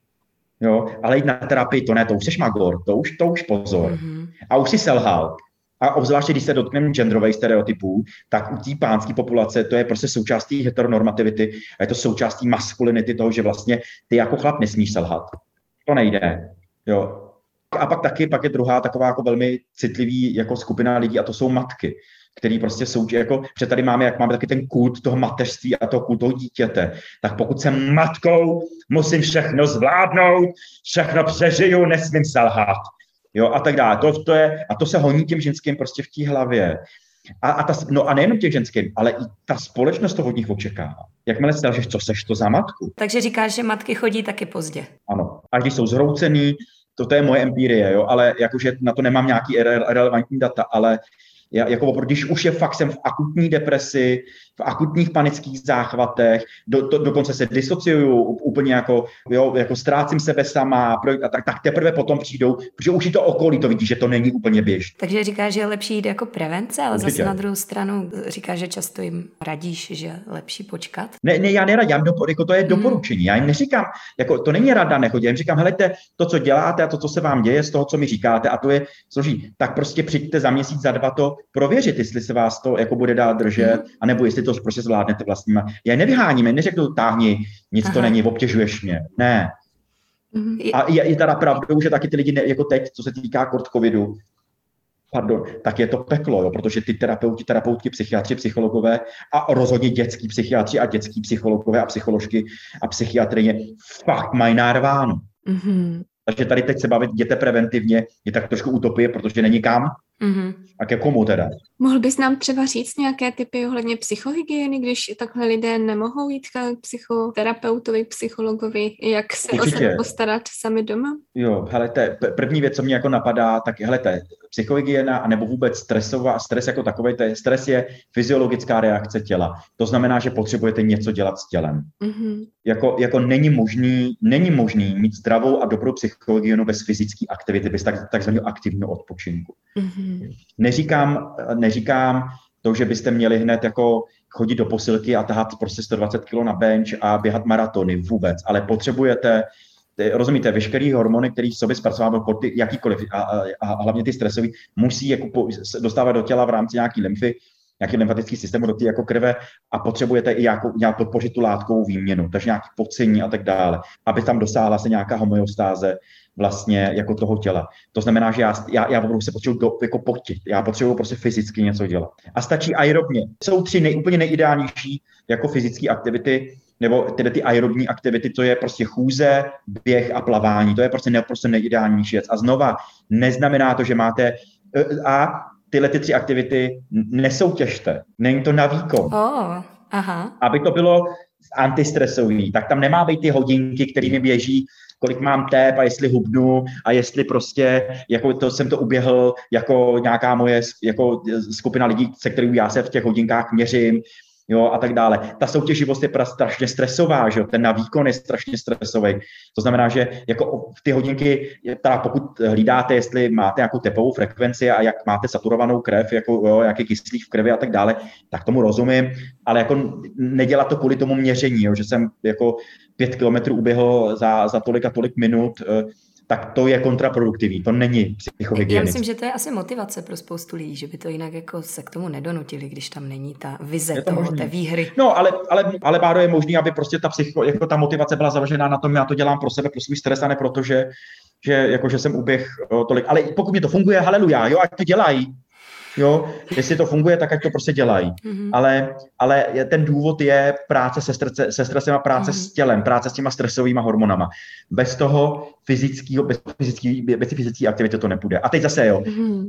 Jo, ale jít na terapii, to ne, to už seš magor, to už, to už pozor. Mm-hmm. A už si selhal. A obzvláště, když se dotkneme genderových stereotypů, tak u té pánské populace to je prostě součástí heteronormativity a je to součástí maskulinity toho, že vlastně ty jako chlap nesmíš selhat. To nejde. Jo. A pak taky, pak je druhá taková jako velmi citlivý jako skupina lidí a to jsou matky, který prostě jsou, jako, že tady máme, jak máme taky ten kult toho mateřství a toho kult toho dítěte, tak pokud jsem matkou, musím všechno zvládnout, všechno přežiju, nesmím selhat, jo, a tak dále. To, to je, a to se honí těm ženským prostě v té hlavě. A, a, ta, no a nejenom těch ženským, ale i ta společnost to od nich očekává. Jakmile si že co seš to za matku? Takže říkáš, že matky chodí taky pozdě. Ano. A když jsou zhroucený, to, to je moje empirie, jo, ale jakože na to nemám nějaký re- relevantní data, ale já, jako, když už je fakt jsem v akutní depresi, v akutních panických záchvatech, do, do, dokonce se disociuju, úplně jako, jo, jako ztrácím sebe sama, a tak, tak teprve potom přijdou, protože už i to okolí to vidí, že to není úplně běžné. Takže říkáš, že je lepší jít jako prevence, ale Určitě. Zase na druhou stranu říkáš, že často jim radíš, že lepší počkat? Ne, ne já neradím, jako to je doporučení. Já jim neříkám, jako to není rada, nechodí, já jim říkám, helejte, to, co děláte a to, co se vám děje z toho, co mi říkáte, a to je složí, tak prostě přijďte za měsíc, za dva to prověřit, jestli se vás to jako bude dát držet, mm. anebo jestli to prostě zvládnete vlastníma. Já nevyháním, já neřeknu, táhni, nic Aha. to není, obtěžuješ mě. Ne. Mm. A je, je teda pravdou, že taky ty lidi, ne, jako teď, co se týká kort covidu, pardon, tak je to peklo, jo, protože ty terapeuti, terapeutky, psychiatři, psychologové a rozhodně dětský psychiatři a dětský psychologové a psycholožky a psychiatrie fakt mají nárváno. Mm-hmm. Takže tady teď se bavit jděte preventivně je tak trošku utopie, protože není kam. Mm-hmm. A ke komu teda? Mohl bys nám třeba říct nějaké typy ohledně psychohygieny, když takhle lidé nemohou jít k psychoterapeutovi, psychologovi, jak se Určitě. o sebe postarat sami doma? Jo, helejte, první věc, co mě jako napadá, tak helejte, psychohygiena anebo vůbec stresová, stres jako takový, to je, stres je fyziologická reakce těla. To znamená, že potřebujete něco dělat s tělem. Mm-hmm. Jako, jako není možný, není možný mít zdravou a dobrou psychohygienu bez fyzické aktivity, bez tak, takzvaného aktivního odpočinku. Mm-hmm. Neříkám, neříkám to, že byste měli hned jako chodit do posilky a tahat prostě sto dvacet kilo na bench a běhat maratony, vůbec, ale potřebujete, rozumíte, veškerý hormony, které v sobě zpracovávají jakýkoliv a, a, a hlavně ty stresový, musí jako po, dostávat do těla v rámci nějaký lymfy, nějaký lymfatický systém do té jako krve a potřebujete i jako, nějak podpořit tu látkovou výměnu, takže nějaký pocení a tak dále, aby tam dosáhla se nějaká homeostáze vlastně jako toho těla. To znamená, že já, já, já opravdu se potřebuji do, jako potit, já potřebuji prostě fyzicky něco dělat. A stačí aerobně. Jsou tři nej, úplně nejideálnější jako fyzické aktivity, nebo tedy ty aerobní aktivity, to je prostě chůze, běh a plavání. To je prostě naprosto nejideálnější věc. A znova, neznamená to, že máte a tyhle ty tři aktivity nesoutěžte. Není to na výkon. Oh, aha. Aby to bylo antistresový, tak tam nemá být ty hodinky, kterými běží, kolik mám tép a jestli hubnu a jestli prostě, jako to jsem to uběhl jako nějaká moje jako skupina lidí, se kterými já se v těch hodinkách měřím, jo, a tak dále. Ta soutěživost je strašně stresová, že jo, ten na výkon je strašně stresový. To znamená, že jako ty hodinky, teda pokud hlídáte, jestli máte nějakou tepovou frekvenci a jak máte saturovanou krev, jako jo, jaký kyslík v krvi a tak dále, tak tomu rozumím, ale jako nedělat to kvůli tomu měření, jo, že jsem jako pět kilometrů uběhl za, za tolik a tolik minut, tak to je kontraproduktivní, to není psychohygienické. Já myslím, že to je asi motivace pro spoustu lidí, že by to jinak jako se k tomu nedonutili, když tam není ta vize to toho, možný. Té výhry. No, ale, ale, ale Báro, je možný, aby prostě ta, psycho, jako ta motivace byla založená na tom, já to dělám pro sebe, pro svůj stres, a ne proto, že, že, jako, že jsem uběh o, tolik. Ale pokud mě to funguje, haleluja, jo, ať to dělají. Jo, jestli to funguje, tak ať to prostě dělají. Mm-hmm. Ale, ale ten důvod je práce se, strese, se stresem a práce mm-hmm. s tělem, práce s těma stresovými hormonama. Bez toho fyzického, bez fyzický, bez fyzické aktivity to nepůjde. A teď zase, jo, mm-hmm.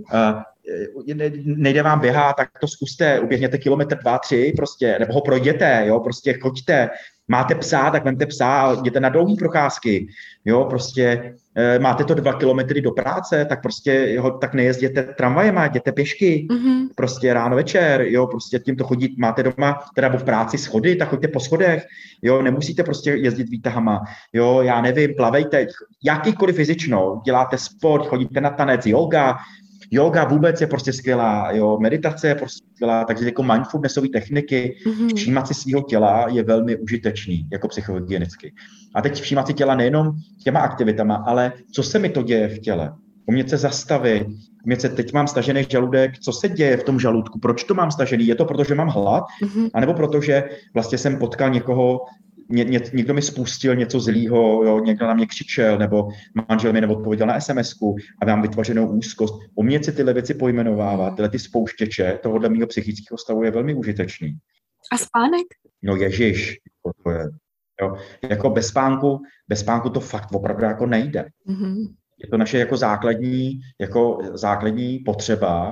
uh, nejde vám běhat, tak to zkuste, uběhněte kilometr, dva, tři, prostě, nebo ho projděte, jo, prostě choďte. Máte psa, tak vemte psa a jděte na dlouhý procházky, jo, prostě e, máte to dva kilometry do práce, tak prostě ho, tak nejezděte tramvajema, jděte pěšky, mm-hmm. prostě ráno večer, jo, prostě tím to chodit, máte doma, teda v práci schody, tak choďte po schodech, jo, nemusíte prostě jezdit výtahama, jo, já nevím, plavejte, jakýkoliv fyzičnou, děláte sport, chodíte na tanec, yoga, Yoga vůbec je prostě skvělá, jo, meditace je prostě skvělá, takže jako mindfulnessové techniky, mm-hmm. všímat si svého těla je velmi užitečný, jako psychohygienicky. A teď všímat si těla nejenom těma aktivitama, ale co se mi to děje v těle. Umět se zastavit, umět se, teď mám stažený žaludek, co se děje v tom žaludku, proč to mám stažený, je to proto, že mám hlad, mm-hmm. anebo proto, že vlastně jsem potkal někoho, Ně, ně, někdo mi spustil něco zlýho, jo, někdo na mě křičel, nebo manžel mi neodpověděl na es em esku a mám vytvořenou úzkost. Umět si tyhle věci pojmenovávat, tyhle ty spouštěče tohohle mýho psychického stavu je velmi užitečný. A spánek? No ježiš, to je, jo. Jako bez spánku, bez spánku to fakt opravdu jako nejde. Mm-hmm. Je to naše jako základní, jako základní potřeba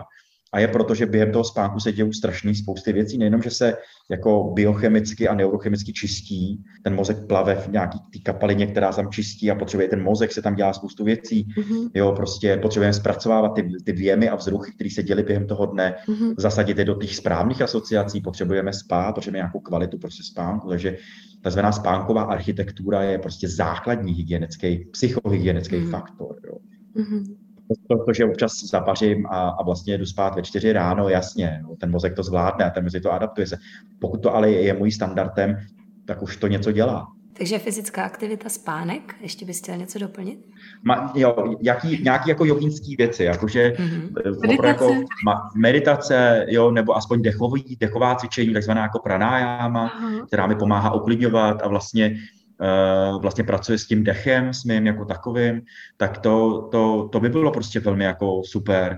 A je proto, že během toho spánku se dějí strašný spousty věcí, nejenom, že se jako biochemicky a neurochemicky čistí, ten mozek plave v nějaký té kapalině, která tam čistí a potřebuje ten mozek, se tam dělá spoustu věcí. Mm-hmm. Jo, prostě potřebujeme zpracovávat ty, ty věmy a vzruchy, které se děly během toho dne, mm-hmm. zasadit je do těch správných asociací, potřebujeme spát, potřebujeme nějakou kvalitu prostě spánku, takže takzvaná spánková architektura je prostě základní hygienický, psychohygienický mm-hmm. faktor. Jo. Mm-hmm. To, to, že občas zapařím a, a vlastně jdu spát ve čtyři ráno, jasně, no, ten mozek to zvládne a ten mozek to adaptuje se. Pokud to ale je, je můj standardem, tak už to něco dělá. Takže fyzická aktivita, spánek, ještě bys chtěl něco doplnit? Ma, jo, jaký, nějaký jako jogínský věci, jakože mm-hmm. meditace. Jako ma, meditace, jo, nebo aspoň dechový, dechová cvičení, takzvaná jako pranájáma, uh-huh. která mi pomáhá uklidňovat a vlastně vlastně pracuje s tím dechem, s mým jako takovým, tak to, to, to by bylo prostě velmi jako super.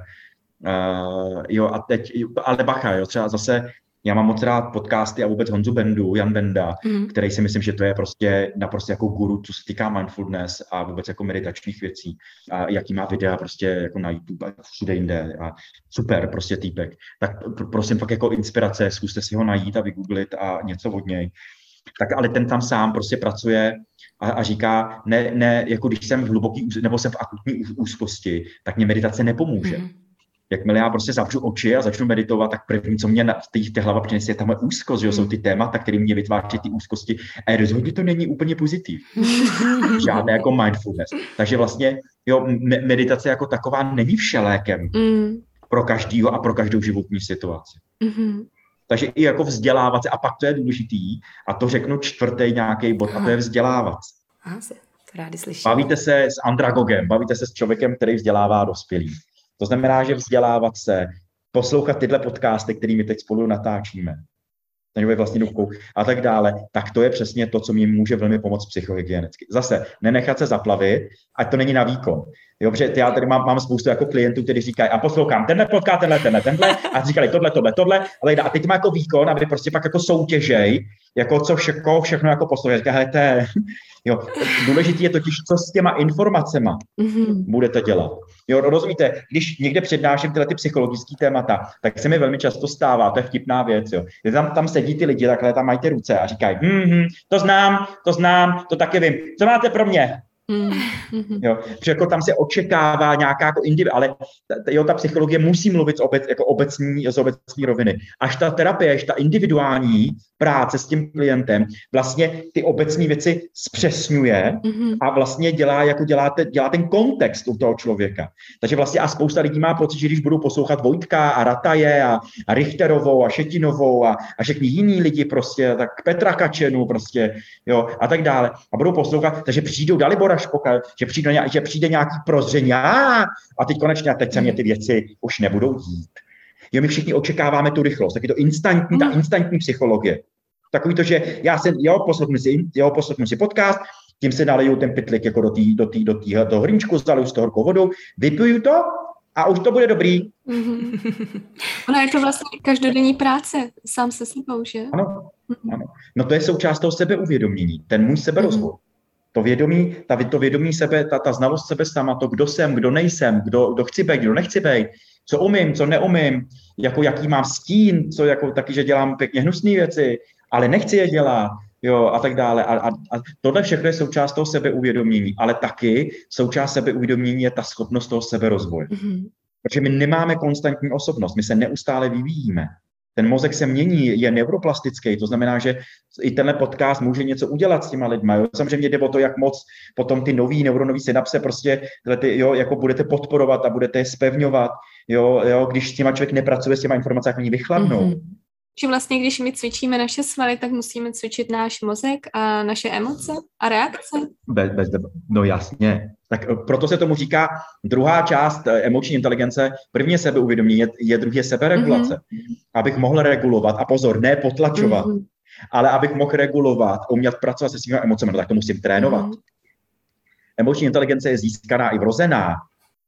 Uh, jo, a teď, ale bacha, jo, třeba zase, já mám moc rád podcasty a vůbec Honzu Bendu, Jan Benda, mm. který si myslím, že to je prostě naprosto jako guru, co se týká mindfulness a vůbec jako meditačních věcí. A jaký má videa prostě jako na YouTube a všude jinde. A super, prostě týpek. Tak prosím fakt jako inspirace, zkuste si ho najít a vygooglit a něco od něj. Tak ale ten tam sám prostě pracuje a, a říká, ne, ne, jako když jsem v hluboký, nebo jsem v akutní úzkosti, tak mě meditace nepomůže. Mm. Jakmile já prostě zavřu oči a začnu meditovat, tak první, co mě v té hlava přinese, je tam úzkost, že jo, jsou ty témata, které mě vytváří ty úzkosti. A rozhodně to není úplně pozitiv. Žádné jako mindfulness. Takže vlastně, jo, meditace jako taková není všelékem mm. pro každýho a pro každou životní situaci. Mm-hmm. Takže i jako vzdělávat se, a pak to je důležitý, a to řeknu čtvrtý nějaký bod, a to je vzdělávat se. Aha, se to rádi slyším. Bavíte se s andragogem, bavíte se s člověkem, který vzdělává dospělý. To znamená, že vzdělávat se, poslouchat tyhle podcasty, kterými teď spolu natáčíme, takže vlastně rukou a tak dále, tak to je přesně to, co mi může velmi pomoct psychohygienicky. Zase, nenechat se zaplavit, ať to není na výkon. Jo, protože já tady mám, mám spoustu jako klientů, kteří říkají, a poslouchám tenhle podcast, tenhle, tenhle, tenhle, a říkali tohle, tohle, tohle, ale a teď má jako výkon, aby prostě pak jako soutěžej, jako co všechno, všechno jako poslouchají. Říká, hele, to je, jo, důležitý je totiž, co s těma informacema mm-hmm. budete dělat. Jo, rozumíte, když někde přednáším tyhle ty psychologické témata, tak se mi velmi často stává, to je vtipná věc, jo. Tam, tam sedí ty lidi, takhle tam mají ty ruce a říkají, hm, hm, to znám, to znám, to taky vím, co máte pro mě? Mm-hmm. Jo, protože jako tam se očekává nějaká jako individu, ale ta, jo, ta psychologie musí mluvit z, obec, jako obecní, z obecní roviny. Až ta terapie, až ta individuální práce s tím klientem vlastně ty obecní věci zpřesňuje mm-hmm. a vlastně dělá, jako děláte, dělá ten kontext u toho člověka. Takže vlastně a spousta lidí má pocit, že když budou poslouchat Vojtka a Rataje a, a Richterovou a Šetinovou a, a všechny jiní lidi prostě, tak Petra Kačenu prostě, jo, a tak dále. A budou poslouchat, takže přijdou Dalibora Špoka, že přijde, že přijde nějaký prozření a teď konečně, a teď se mě ty věci už nebudou dít. Jo, my všichni očekáváme tu rychlost, taky to instantní, ta instantní psychologie. Takový to, že já se, jo, poslechnu si, jo, poslechnu si podcast, tím se naliju ten pytlik jako do tý, do tý, do tý, do hrníčku, zaliju s to horkou vodou, vypiju to a už to bude dobrý. Mm-hmm. Ona je to vlastně každodenní práce, sám se sebou, že? Ano, ano. No to je součást toho sebeuvědomění, ten můj seberozvoj. Mm-hmm. To vědomí, ta, to vědomí sebe, ta, ta znalost sebe sama, to, kdo jsem, kdo nejsem, kdo, kdo chci být, kdo nechci být, co umím, co neumím, jako jaký mám stín, co jako taky, že dělám pěkně hnusné věci, ale nechci je dělat, jo, a tak dále. A, a, a tohle všechno je součást toho sebeuvědomění, ale taky součást sebeuvědomění je ta schopnost toho seberozvoje. Mm-hmm. Protože my nemáme konstantní osobnost, my se neustále vyvíjíme. Ten mozek se mění, je neuroplastický, to znamená, že i tenhle podcast může něco udělat s těma lidma. Jo? Samozřejmě jde o to, jak moc potom ty nový neuronové synapse prostě ty, jo, jako budete podporovat a budete je zpevňovat, jo, jo, když s těma člověk nepracuje s těma informacemi, oni vychladnou. Mm-hmm. Že vlastně, když my cvičíme naše svaly, tak musíme cvičit náš mozek a naše emoce a reakce? Bez, bez, no jasně. Tak proto se tomu říká druhá část emoční inteligence. První sebeuvědomění je, je druhé seberegulace. Mm-hmm. Abych mohl regulovat, a pozor, ne potlačovat, mm-hmm. ale abych mohl regulovat, umět pracovat se svými emocemi, no tak to musím trénovat. Mm-hmm. Emoční inteligence je získaná i vrozená.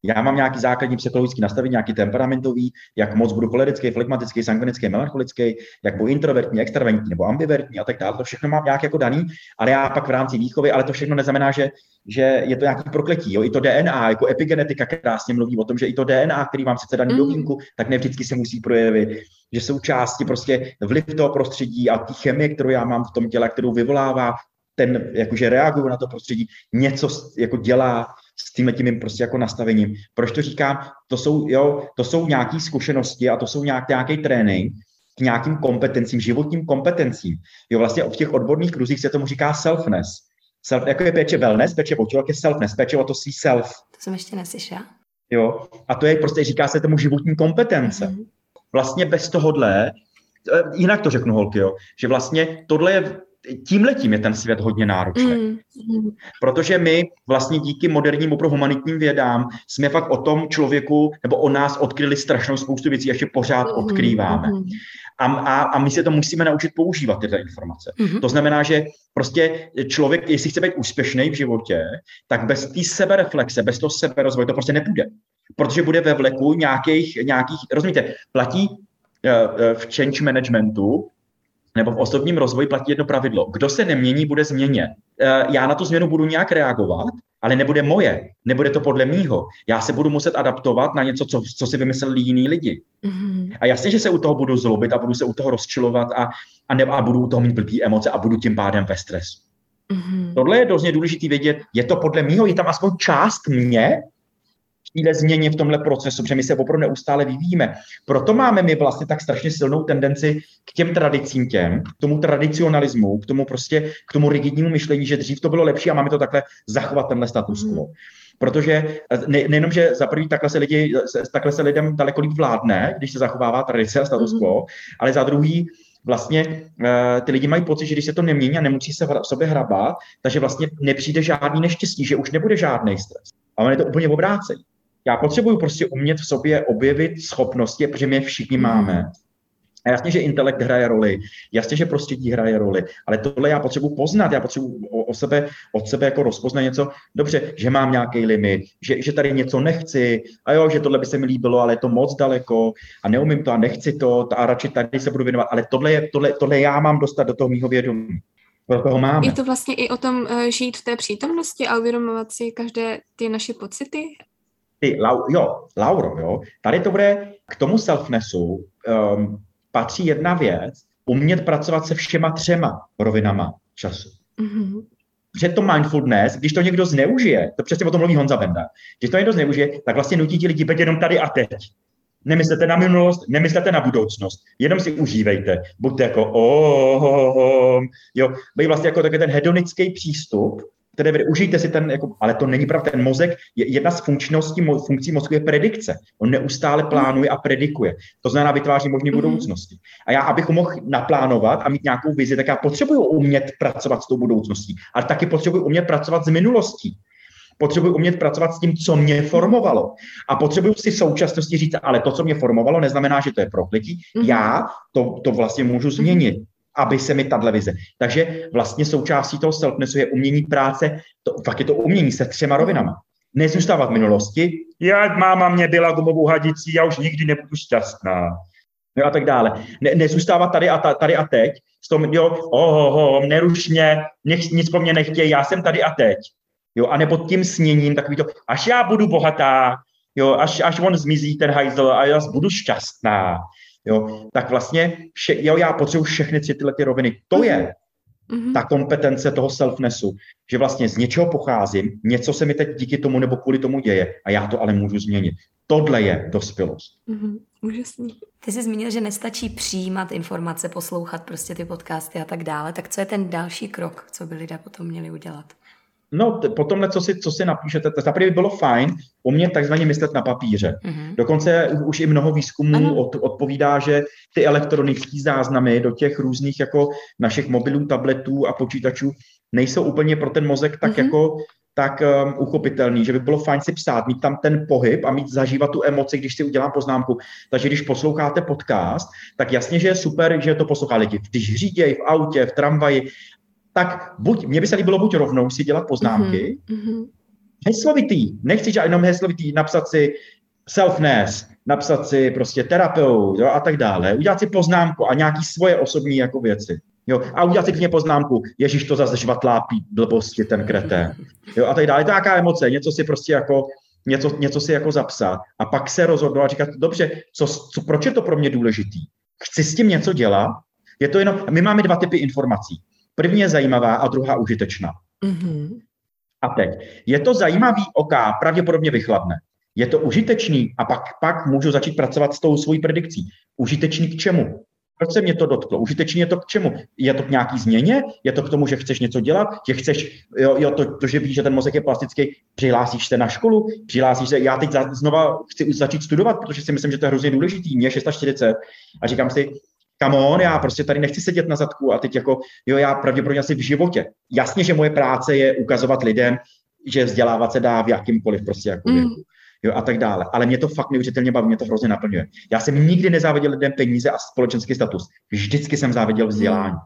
Já mám nějaký základní psychologický nastavení, nějaký temperamentový, jak moc budu cholerický, flegmatický, sangvinický, melancholický, jak budu introvertní, extravertní nebo ambivertní a tak dále. To všechno mám nějak jako daný, ale já pak v rámci výchovy, ale to všechno neznamená, že, že je to nějaký prokletí. Jo? I to D N A, jako epigenetika krásně mluví o tom, že i to D N A, který mám sice daný mm. do vínku, tak ne vždycky se musí projevit, že jsou části prostě vliv toho prostředí a ty chemie, kterou já mám v tom těle, kterou vyvolává ten, jakože reaguju na to prostředí, něco jako dělá s tím tím prostě jako nastavením. Proč to říkám? To jsou, jo, to jsou nějaké zkušenosti a to jsou nějak, nějaký trénink k nějakým kompetencím, životním kompetencím. Jo, vlastně v těch odborných kruzích se tomu říká selfness. Self, jako je péče wellness, péče o člověk je selfness, péče o to svý self. To jsem ještě neslyšela. Jo, a to je prostě, říká se tomu životní kompetence. Mm-hmm. Vlastně bez tohodle, jinak to řeknu holky, jo, že vlastně tohle je tímhletím je ten svět hodně náročný. Mm. Protože my vlastně díky moderním opravdu humanitním vědám jsme fakt o tom člověku nebo o nás odkryli strašnou spoustu věcí, ještě pořád odkrýváme. Mm. A, a, a my se to musíme naučit používat, tyhle informace. Mm. To znamená, že prostě člověk, jestli chce být úspěšný v životě, tak bez té sebereflexe, bez toho seberozvoje to prostě nepůjde. Protože bude ve vleku nějakých, nějakých rozumíte, platí uh, v change managementu nebo v osobním rozvoji platí jedno pravidlo. Kdo se nemění, bude změněn. Já na tu změnu budu nějak reagovat, ale nebude moje, nebude to podle mýho. Já se budu muset adaptovat na něco, co, co si vymysleli jiní lidi. Mm-hmm. A jasně, že se u toho budu zlobit a budu se u toho rozčilovat a, a, ne, a budu u toho mít blbý emoce a budu tím pádem ve stresu. Mm-hmm. Tohle je dost důležité vědět, je to podle mýho, je tam aspoň část mě, téhle změně v tomhle procesu, protože my se opravdu neustále vyvíjíme. Proto máme my vlastně tak strašně silnou tendenci k těm tradicím těm, k tomu tradicionalismu, k tomu prostě, k tomu rigidnímu myšlení, že dřív to bylo lepší a máme to takhle zachovat tenhle status quo. Protože ne, nejenom, že za první takhle se, lidi, takhle se lidem daleko líp vládne, když se zachovává tradice a status quo, ale za druhý vlastně ty lidi mají pocit, že když se to nemění a nemusí se v sobě hrabat, takže vlastně nepřijde žádný neštěstí, že už nebude žádný stres. Ale je to úplně obráceně. Já potřebuju prostě umět v sobě objevit schopnosti, protože my je všichni máme. A jasně, že intelekt hraje roli, jasně, že prostředí hraje roli, ale tohle já potřebuji poznat, já potřebuji o, o sebe, od sebe jako rozpoznat něco, dobře, že mám nějaký limit, že, že tady něco nechci, a jo, že tohle by se mi líbilo, ale je to moc daleko a neumím to a nechci to a radši tady se budu věnovat, ale tohle, je, tohle, tohle já mám dostat do toho mýho vědomí. Proto máme. Je to vlastně i o tom uh, žít v té přítomnosti a uvědomovat si každé ty naše pocity? Ty, Lau, jo, Lauro, jo, tady to bude k tomu selfnessu um, patří jedna věc, umět pracovat se všema třema rovinama času. Mm-hmm. Že to mindfulness, když to někdo zneužije, to přesně o tom mluví Honza Benda, když to někdo zneužije, tak vlastně nutí ti lidi být jenom tady a teď. Nemyslete na minulost, nemyslete na budoucnost, jenom si užívejte. Buďte jako oh, oh, oh. Jo, být vlastně jako takový ten hedonický přístup, tedy užijte si ten, jako, ale to není pravda, ten mozek, je, jedna z funkčností, funkcí mozku je predikce. On neustále plánuje a predikuje. To znamená vytváří možné mm-hmm. budoucnosti. A já, abych mohl naplánovat a mít nějakou vizi, tak já potřebuji umět pracovat s tou budoucností, ale taky potřebuji umět pracovat s minulostí. Potřebuji umět pracovat s tím, co mě formovalo. A potřebuji si v současnosti říct, ale to, co mě formovalo, neznamená, že to je prokletí. Mm-hmm. Já to, to vlastně můžu změnit, aby se mi tato vize. Takže vlastně součástí toho selfnessu je umění práce, to, fakt je to umění se třema rovinama. Nezůstávat v minulosti, já máma mě byla gumovou hadicí, já už nikdy nebudu šťastná. No a tak dále. Ne, nezůstávat tady a, ta, tady a teď, s tom, jo, ohoho, neruš mě, nech, nic po mně nechtěj, já jsem tady a teď. Jo, a nebo tím sněním, takový to, až já budu bohatá, jo, až, až on zmizí ten hajzl a já budu šťastná. Jo, tak vlastně vše, jo, já potřebuji všechny tři tyhle ty roviny. To je mm-hmm. ta kompetence toho selfnessu, že vlastně z něčeho pocházím, něco se mi teď díky tomu nebo kvůli tomu děje a já to ale můžu změnit. Tohle je dospělost. Mm-hmm. Úžasný. Ty jsi zmínil, že nestačí přijímat informace, poslouchat prostě ty podcasty a tak dále, tak co je ten další krok, co by lidé potom měli udělat? No, t- potom, co si, co si napíšete, to zaprvé by bylo fajn umět takzvaně myslet na papíře. Mm-hmm. Dokonce už i mnoho výzkumů od, odpovídá, že ty elektronické záznamy do těch různých jako našich mobilů, tabletů a počítačů nejsou úplně pro ten mozek tak mm-hmm. jako tak um, uchopitelný, že by bylo fajn si psát, mít tam ten pohyb a mít zažívat tu emoci, když si udělám poznámku. Takže když posloucháte podcast, tak jasně, že je super, že to poslouchá lidi. Když řídějí v autě, v tramvaji, tak buď, mně by se líbilo buď rovnou si dělat poznámky, mm-hmm. heslovitý, nechci jenom heslovitý, napsat si selfness, napsat si prostě terapeut, jo, a tak dále, udělat si poznámku a nějaký svoje osobní jako věci. Jo, a udělat si k ně poznámku, ježíš, to zase žvatlápí blbosti, ten kretén. Jo, a tak dále. Je to nějaká emoce, něco si prostě jako, něco, něco si jako zapsat a pak se rozhodnout a říkat, dobře, co, co, proč je to pro mě důležitý? Chci s tím něco dělat? Je to jenom, my máme dva typy informací. První je zajímavá a druhá užitečná. Mm-hmm. A teď, je to zajímavý oká, pravděpodobně vychladne. Je to užitečný a pak, pak můžu začít pracovat s tou svojí predikcí. Užitečný k čemu? Proč se mě to dotklo? Užitečný je to k čemu? Je to k nějaký změně? Je to k tomu, že chceš něco dělat? Že chceš, jo, jo to, to, že víš, že ten mozek je plastický, přihlásíš se na školu, přihlásíš se, já teď za, znova chci začít studovat, protože si myslím, že to je hrozně důležitý, mě je čtyřicet šest a říkám si, come on, já prostě tady nechci sedět na zadku a teď jako, jo, já pravděpodobně asi v životě. Jasně, že moje práce je ukazovat lidem, že vzdělávat se dá v jakýmkoliv prostě jako věku. Mm. Jo, a tak dále. Ale mě to fakt neuvěřitelně baví, mě to hrozně naplňuje. Já jsem nikdy nezáviděl lidem peníze a společenský status. Vždycky jsem záviděl vzdělání.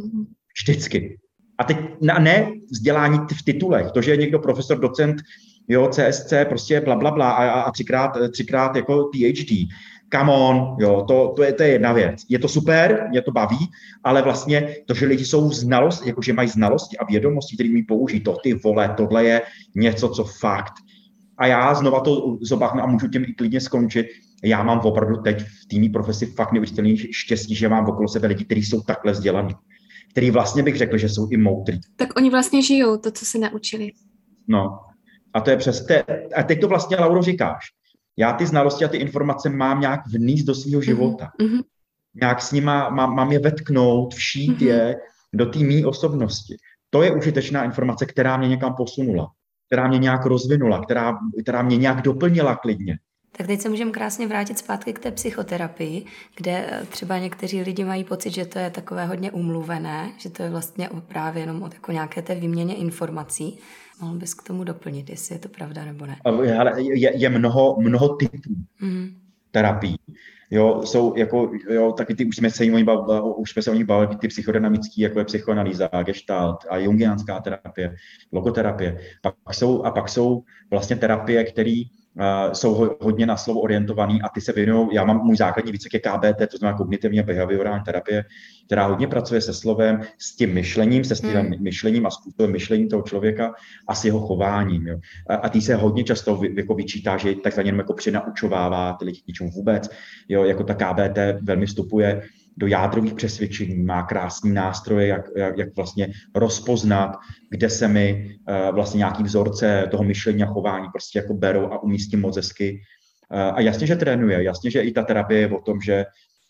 Vždycky. A teď na, ne vzdělání v titulech. To, že je někdo profesor, docent, jo, C S C, prostě bla, bla, bla a, a třikrát, třikrát jako P H D. Come on, jo, to, to, je, to je jedna věc. Je to super, mě to baví, ale vlastně to, že lidi jsou znalost, jakože mají znalosti a vědomosti, které mi použijí, to ty vole, tohle je něco, co fakt. A já znova to zobáhnu a můžu tím i klidně skončit. Já mám opravdu teď v týmní profesi fakt neuvěřitelný štěstí, že mám okolo sebe lidi, kteří jsou takhle vzdělaní. Který vlastně bych řekl, že jsou i moudrý. Tak oni vlastně žijou to, co se naučili. No. A to je přes te, a teď to vlastně, Lauro, říkáš. Já ty znalosti a ty informace mám nějak vníst do svého života. Mm-hmm. Nějak s nima mám, mám je vetknout, všít mm-hmm. je do té mý osobnosti. To je užitečná informace, která mě někam posunula, která mě nějak rozvinula, která, která mě nějak doplnila klidně. Tak teď se můžeme krásně vrátit zpátky k té psychoterapii, kde třeba někteří lidi mají pocit, že to je takové hodně umluvené, že to je vlastně právě jenom o jako nějaké té výměně informací. Mohl bys k tomu doplnit, jestli je to pravda nebo ne? Ale je, je mnoho, mnoho typů mm. terapií. Jo, jsou jako, jo, taky ty, už jsme se o nich bavili, už jsme se o nich bavili, ty psychodynamický, jako je psychoanalýza, gestalt a jungiánská terapie, logoterapie. Pak jsou, a pak jsou vlastně terapie, které uh, jsou hodně na slovo orientovaný a ty se věnují, já mám můj základní výcvik je K B T, to znamená kognitivní a behaviorální terapie, která hodně pracuje se slovem, s tím myšlením, se stylem hmm. myšlením a způsobem myšlení toho člověka a s jeho chováním. Jo. A, a tý se hodně často vy, jako vyčítá, že takzvaně jenom jako přenaučovává ty lidi k ničemu vůbec. Jo, jako ta K B T velmi vstupuje do jádrových přesvědčení, má krásný nástroje, jak, jak, jak vlastně rozpoznat, kde se mi uh, vlastně nějaký vzorce toho myšlení a chování prostě jako berou a umístí mozesky. Uh, a jasně, že trénuje, jasně, že i ta terapie je o tom, že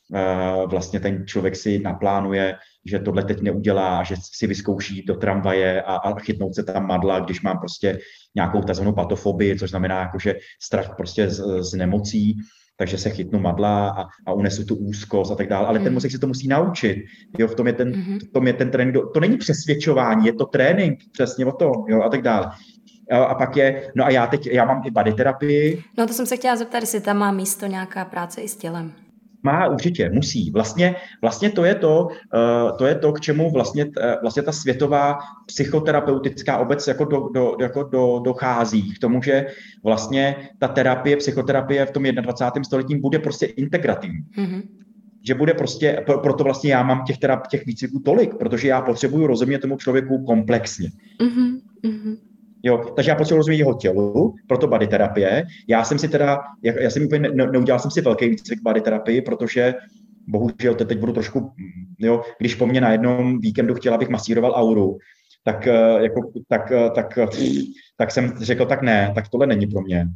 uh, vlastně ten člověk si naplánuje, že tohle teď neudělá, že si vyzkouší do tramvaje a, a chytnout se tam madla, když mám prostě nějakou takzvanou patofobii, což znamená jako, že strach prostě z, z nemocí, takže se chytnu madla a, a unesu tu úzkost a tak dále. Ale mm. ten mozek se to musí naučit. Jo, v tom je ten, mm-hmm. v tom je ten trénink. To není přesvědčování, je to trénink, přesně o tom, jo, a tak dále. A, a pak je, no a já teď, já mám i body terapii. No to jsem se chtěla zeptat, jestli tam má místo nějaká práce i s tělem. Má, určitě, musí. Vlastně, vlastně to je to, uh, to je to, k čemu vlastně, uh, vlastně ta světová psychoterapeutická obec jako, do, do, jako do, dochází. K tomu, že vlastně ta terapie, psychoterapie v tom dvacátém prvním století bude prostě integrativní. Mm-hmm. Že bude prostě, pro, proto vlastně já mám těch, terap, těch výcviků tolik, protože já potřebuju rozumět tomu člověku komplexně. Mm-hmm. Mm-hmm. Jo, takže já potřebuji rozumět jeho tělu, proto body terapie. Já jsem si teda, já, já jsem úplně ne, neudělal jsem si velký výcvik body terapii, protože bohužel teď budu trošku, jo, když po mně na jednom víkendu chtěla, abych masíroval auru, tak, jako, tak, tak, tak jsem řekl, tak ne, tak tohle není pro mě.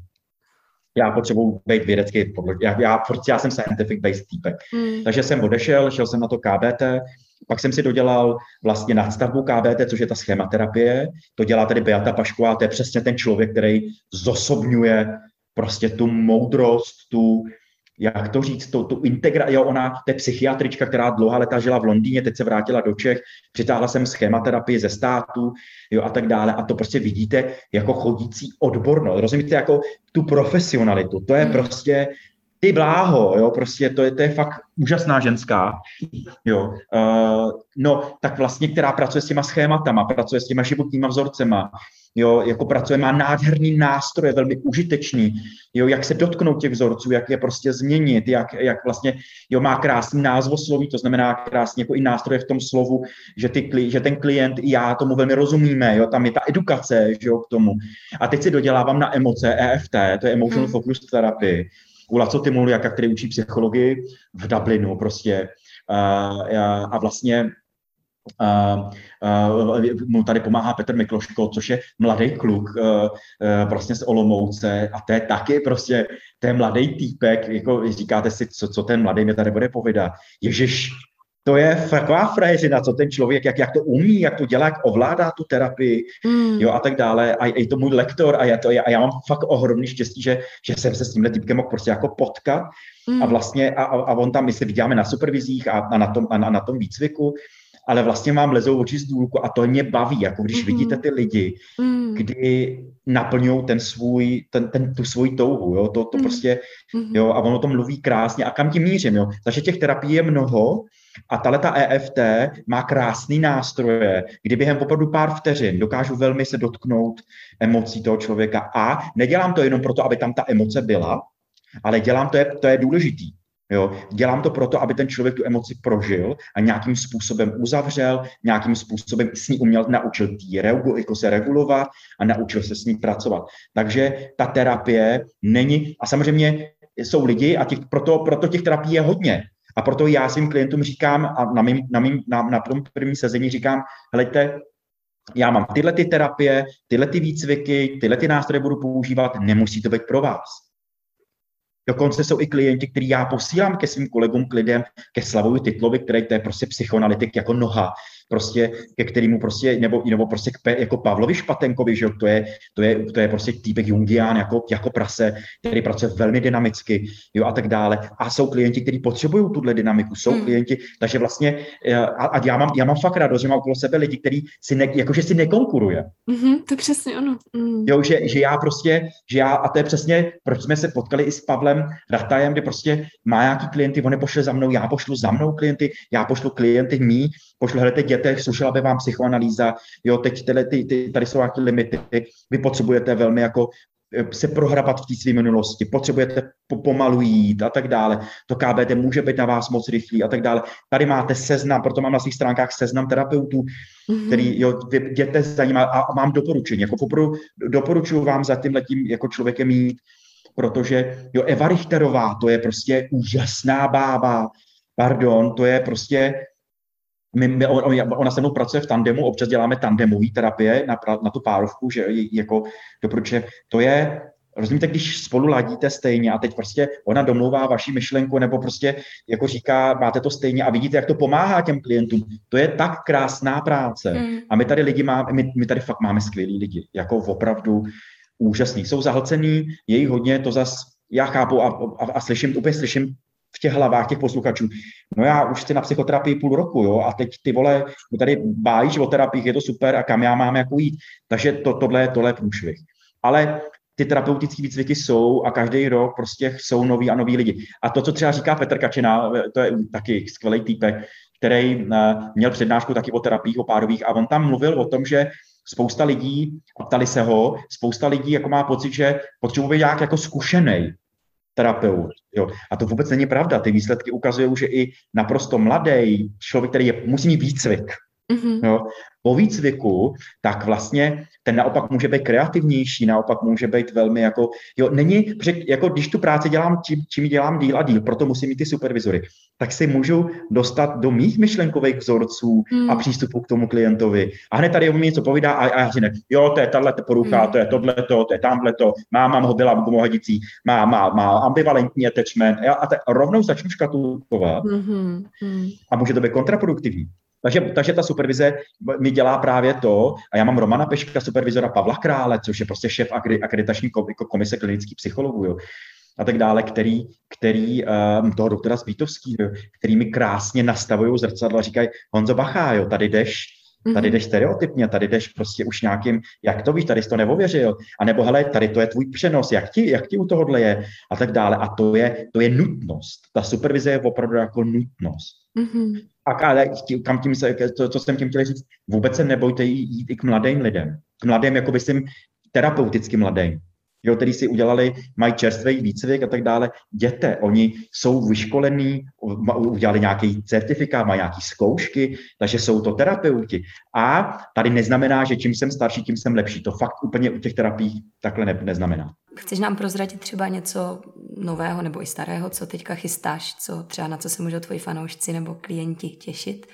Já potřebuji být vědecký, já, já, já jsem scientific based týpek. Mm. Takže jsem odešel, šel jsem na to K B T, pak jsem si dodělal vlastně nadstavbu K B T, což je ta schématerapie. To dělá tedy Beata Pašková, to je přesně ten člověk, který zosobňuje prostě tu moudrost, tu, jak to říct, tu, tu integra... Jo, ona, to je psychiatrička, která dlouhá léta žila v Londýně, teď se vrátila do Čech, přitáhla jsem schématerapii ze státu, jo, a tak dále. A to prostě vidíte jako chodící odbornost. Rozumíte, jako tu profesionalitu. To je prostě ty bláho, jo, prostě to je, to je fakt úžasná ženská, jo. Uh, no, tak vlastně, která pracuje s těma schématama, pracuje s těma životníma vzorcema, jo, jako pracuje, má nádherný nástroje, velmi užitečný, jo, jak se dotknout těch vzorců, jak je prostě změnit, jak, jak vlastně, jo, má krásný názvosloví, to znamená krásně jako i nástroje v tom slovu, že, ty, že ten klient i já tomu velmi rozumíme, jo, tam je ta edukace, že jo, k tomu. A teď si dodělávám na emoce, E F T, to je Emotional hmm. Focus Therapy, u Laco Timuliaka, který učí psychologii v Dublinu prostě. A, a vlastně Uh, uh, mu tady pomáhá Petr Mikloško, což je mladý kluk uh, uh, prostě z Olomouce a to je taky prostě, to je mladý týpek, jako říkáte si, co, co ten mladý mi tady bude povídat. Ježiš, to je taková frajeřina, co ten člověk, jak, jak to umí, jak to dělá, jak ovládá tu terapii, mm. jo, a tak dále. A je to můj lektor a já, to, a já mám fakt ohromný štěstí, že, že jsem se s tímhle týpkem mohl prostě jako potkat mm. a vlastně, a, a on tam, my se vidíme na supervizích a, a, na tom, a na tom výcviku, ale vlastně vám lezou oči z důlku a to mě baví, jako když mm-hmm. vidíte ty lidi, mm. kdy naplňují ten svůj, ten, ten, tu svoji touhu, jo, to, to mm. prostě, jo, a ono to mluví krásně a kam tím mířím, jo, takže těch terapií je mnoho a tahleta E F T má krásný nástroje, kdy během opravdu pár vteřin dokážu velmi se dotknout emocí toho člověka a nedělám to jenom proto, aby tam ta emoce byla, ale dělám to, je, to je důležitý. Jo, dělám to proto, aby ten člověk tu emoci prožil a nějakým způsobem uzavřel, nějakým způsobem s ní uměl, naučil tý regu, jako se regulovat a naučil se s ní pracovat. Takže ta terapie není, a samozřejmě jsou lidi a těch, proto, proto těch terapií je hodně. A proto já svým klientům říkám a na, mým, na, mým, na, na tom prvním sezení říkám, helejte, já mám tyhle ty terapie, tyhle ty výcviky, tyhle ty nástroje budu používat, nemusí to být pro vás. Dokonce jsou i klienti, který já posílám ke svým kolegům, k lidem, ke Slavovi Titlovi, který to je prostě psychoanalytik jako noha, prostě ke kterému prostě, nebo, nebo prostě k, jako Pavlovi Špatenkovi, že jo, to je, to je, to je prostě týpek jungián jako, jako prase, který pracuje velmi dynamicky, jo, a tak dále. A jsou klienti, kteří potřebují tuhle dynamiku, jsou hmm. klienti, takže vlastně, a, a já, mám, já mám fakt radost, že mám okolo sebe lidi, kteří si, ne, jakože si nekonkuruje. Mm-hmm, to přesně ono. Mm. Jo, že, že já prostě, že já, a to je přesně, proč jsme se potkali i s Pavlem Ratajem, kde prostě má nějaký klienty, on je pošle za mnou, já pošlu za mnou klienty, já pošlu klienty mý, pošlu, hele, teď jděte, slušela by vám psychoanalýza, jo, teď tyhle, ty, ty, tady jsou nějaké limity, vy potřebujete velmi jako se prohrabat v té své minulosti, potřebujete pomalu jít a tak dále, to K B T může být na vás moc rychlý a tak dále. Tady máte seznam, proto mám na svých stránkách seznam terapeutů, mm-hmm. který, jo, vy jděte za ním a, a mám doporučení, jako opravdu doporučuji vám za tímhletím jako člověkem jít, protože, jo, Eva Richterová, to je prostě úžasná bába, pardon, to je prostě, my, my, ona se mnou pracuje v tandemu, občas děláme tandemové terapie na, na tu párovku, že jako doporučuje, to je, rozumíte, když spolu ladíte stejně a teď prostě ona domlouvá vaši myšlenku nebo prostě jako říká, máte to stejně a vidíte, jak to pomáhá těm klientům, to je tak krásná práce. Mm. A my tady lidi máme, my, my tady fakt máme skvělý lidi, jako opravdu úžasný. Jsou zahlcený, je jich hodně, to zas já chápu a, a, a slyším, úplně slyším v těch hlavách těch posluchačů. No já už chci na psychoterapii půl roku, jo, a teď ty vole, tady bájíš o terapii, je to super a kam já mám jako jít. Takže to, tohle, tohle je průšvih. Ale ty terapeutické výcviky jsou a každý rok prostě jsou noví a noví lidi. A to, co třeba říká Petr Kačina, to je taky skvělý týpek, který měl přednášku taky o terapiích, o párových a on tam mluvil o tom, že spousta lidí, a ptali se ho, spousta lidí jako má pocit, že potřebuje nějak jako zkušenej terapeut. Jo. A to vůbec není pravda. Ty výsledky ukazují, že i naprosto mladý člověk, který je, musí mít výcvik. Mm-hmm. Jo. Po výcviku, tak vlastně ten naopak může být kreativnější, naopak může být velmi jako, jo, není, jako když tu práci dělám, čím, čím dělám díl a díl, proto musím mít ty supervizory, tak si můžu dostat do mých myšlenkových vzorců mm. a přístupu k tomu klientovi. A hned tady mi něco povídá a, a já říkám, jo, to je tato porucha, mm. to je tohleto, to je tamhleto, má, mám ho byla pomohadicí, má, má, má ambivalentní attachment a, a te, rovnou začnu škatulkovat mm-hmm. a může to být kontraproduktivní. Takže, takže ta supervize mi dělá právě to, a já mám Romana Peška, supervizora Pavla Krále, což je prostě šéf akreditační komise klinických psychologů, jo, a tak dále, který, který um, toho doktora Zbítovský, jo, který mi krásně nastavují zrcadlo a říkají, Honzo Bacha, jo, tady jdeš, tady jdeš stereotypně, tady jdeš prostě už nějakým, jak to víš, tady jsi to neověřil, a nebo hele, tady to je tvůj přenos, jak ti, jak ti u tohohle je, a tak dále. A to je, to je nutnost. Ta supervize je opravdu jako nutnost. Mm-hmm. A ale kam tím se, to, co jsem tím chtěl říct, vůbec se nebojte jít i k mladým lidem. mladým, jako myslím, terapeuticky mladým, jo, který si udělali, mají čerstvý výcvik a tak dále. Jděte, oni jsou vyškolení, udělali nějaký certifikát, mají nějaký zkoušky, takže jsou to terapeuti. A tady neznamená, že čím jsem starší, tím jsem lepší. To fakt úplně u těch terapií takhle ne, neznamená. Chceš nám prozradit třeba něco nového nebo i starého, co teďka chystáš, co třeba na co se můžou tvoji fanoušci nebo klienti těšit?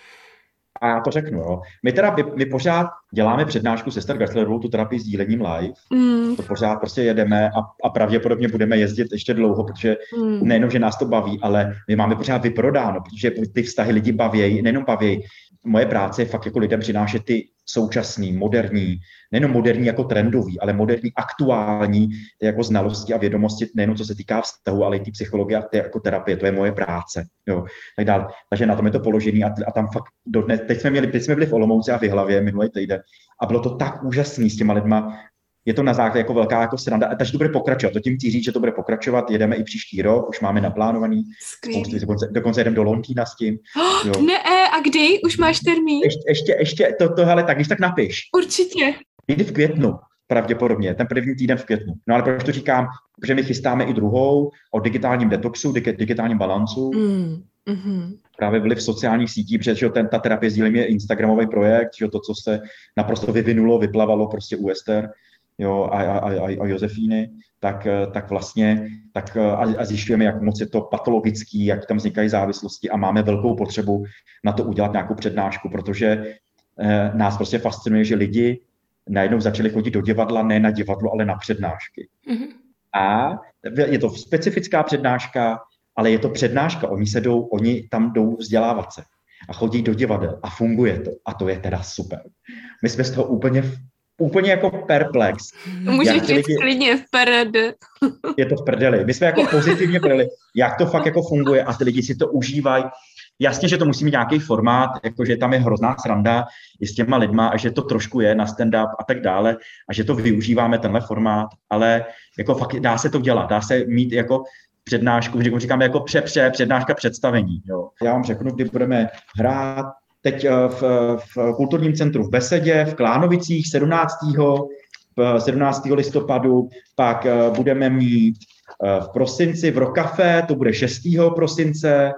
A já to řeknu, jo. My teda, my, my pořád děláme přednášku se Esther Gerslerovou, tu terapii s dílením live. Mm. To pořád prostě jedeme a, a pravděpodobně budeme jezdit ještě dlouho, protože mm. nejenom, že nás to baví, ale my máme pořád vyprodáno, protože ty vztahy lidi bavějí, nejenom bavějí. Moje práce je fakt jako lidem přinášet ty současný, moderní, nejenom moderní jako trendový, ale moderní, aktuální jako znalosti a vědomosti, nejenom co se týká vztahu, ale i ty psychologie a ty jako terapie, to je moje práce. Jo, tak dál. Takže na tom je to položený a, a tam fakt dodnes, teď jsme měli, teď jsme byli v Olomouci a v Jihlavě minulý týden a bylo to tak úžasný s těma lidma. Je to na základě jako velká jako sranda, takže to bude pokračovat. To tím chci říct, že to bude pokračovat. Jedeme i příští rok, už máme naplánovaný. Spousty, dokonce, dokonce jedeme do Londýna s tím. Oh, jo. Ne, a kdy? Už máš termín? Ještě, ještě, ještě to, to hele, tak když tak napiš. Určitě. Jde v květnu, pravděpodobně, ten první týden v květnu. No ale proč to říkám? Protože my chystáme i druhou o digitálním detoxu, dig, digitálním balancu. Mm. Mm-hmm. Právě byli v sociálních sítích, protože ten, ta terapie sdílím je instagramový projekt, že to, co se naprosto vyvinulo, vyplavalo prostě u Ester, jo, a, a, a, a Josefíny, tak, tak vlastně tak a, a zjišťujeme, jak moc je to patologický, jak tam vznikají závislosti a máme velkou potřebu na to udělat nějakou přednášku, protože eh, nás prostě fascinuje, že lidi najednou začali chodit do divadla, ne na divadlo, ale na přednášky. Mm-hmm. A je to specifická přednáška, ale je to přednáška, oni se jdou, oni tam jdou vzdělávat se a chodí do divadel a funguje to a to je teda super. My jsme z toho úplně Úplně jako perplex. Můžeš říct lidi... klidně v prdeli. Je to v prdeli. My jsme jako pozitivně prdeli, jak to fakt jako funguje a ty lidi si to užívají. Jasně, že to musí mít nějaký formát, jakože tam je hrozná sranda i s těma lidma a že to trošku je na stand-up a tak dále a že to využíváme tenhle formát, ale jako fakt dá se to dělat, dá se mít jako přednášku, říkáme jako pře-pře, přednáška představení. Jo. Já vám řeknu, kdy budeme hrát. Teď v, v kulturním centru v Besedě, v Klánovicích sedmnáctého sedmnáctého listopadu, pak budeme mít v prosinci v Rokafe, to bude šestého prosince,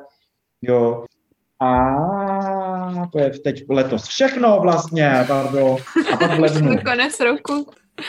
jo, a to je teď letos všechno vlastně, pardon, a pak v lednu. Konec roku.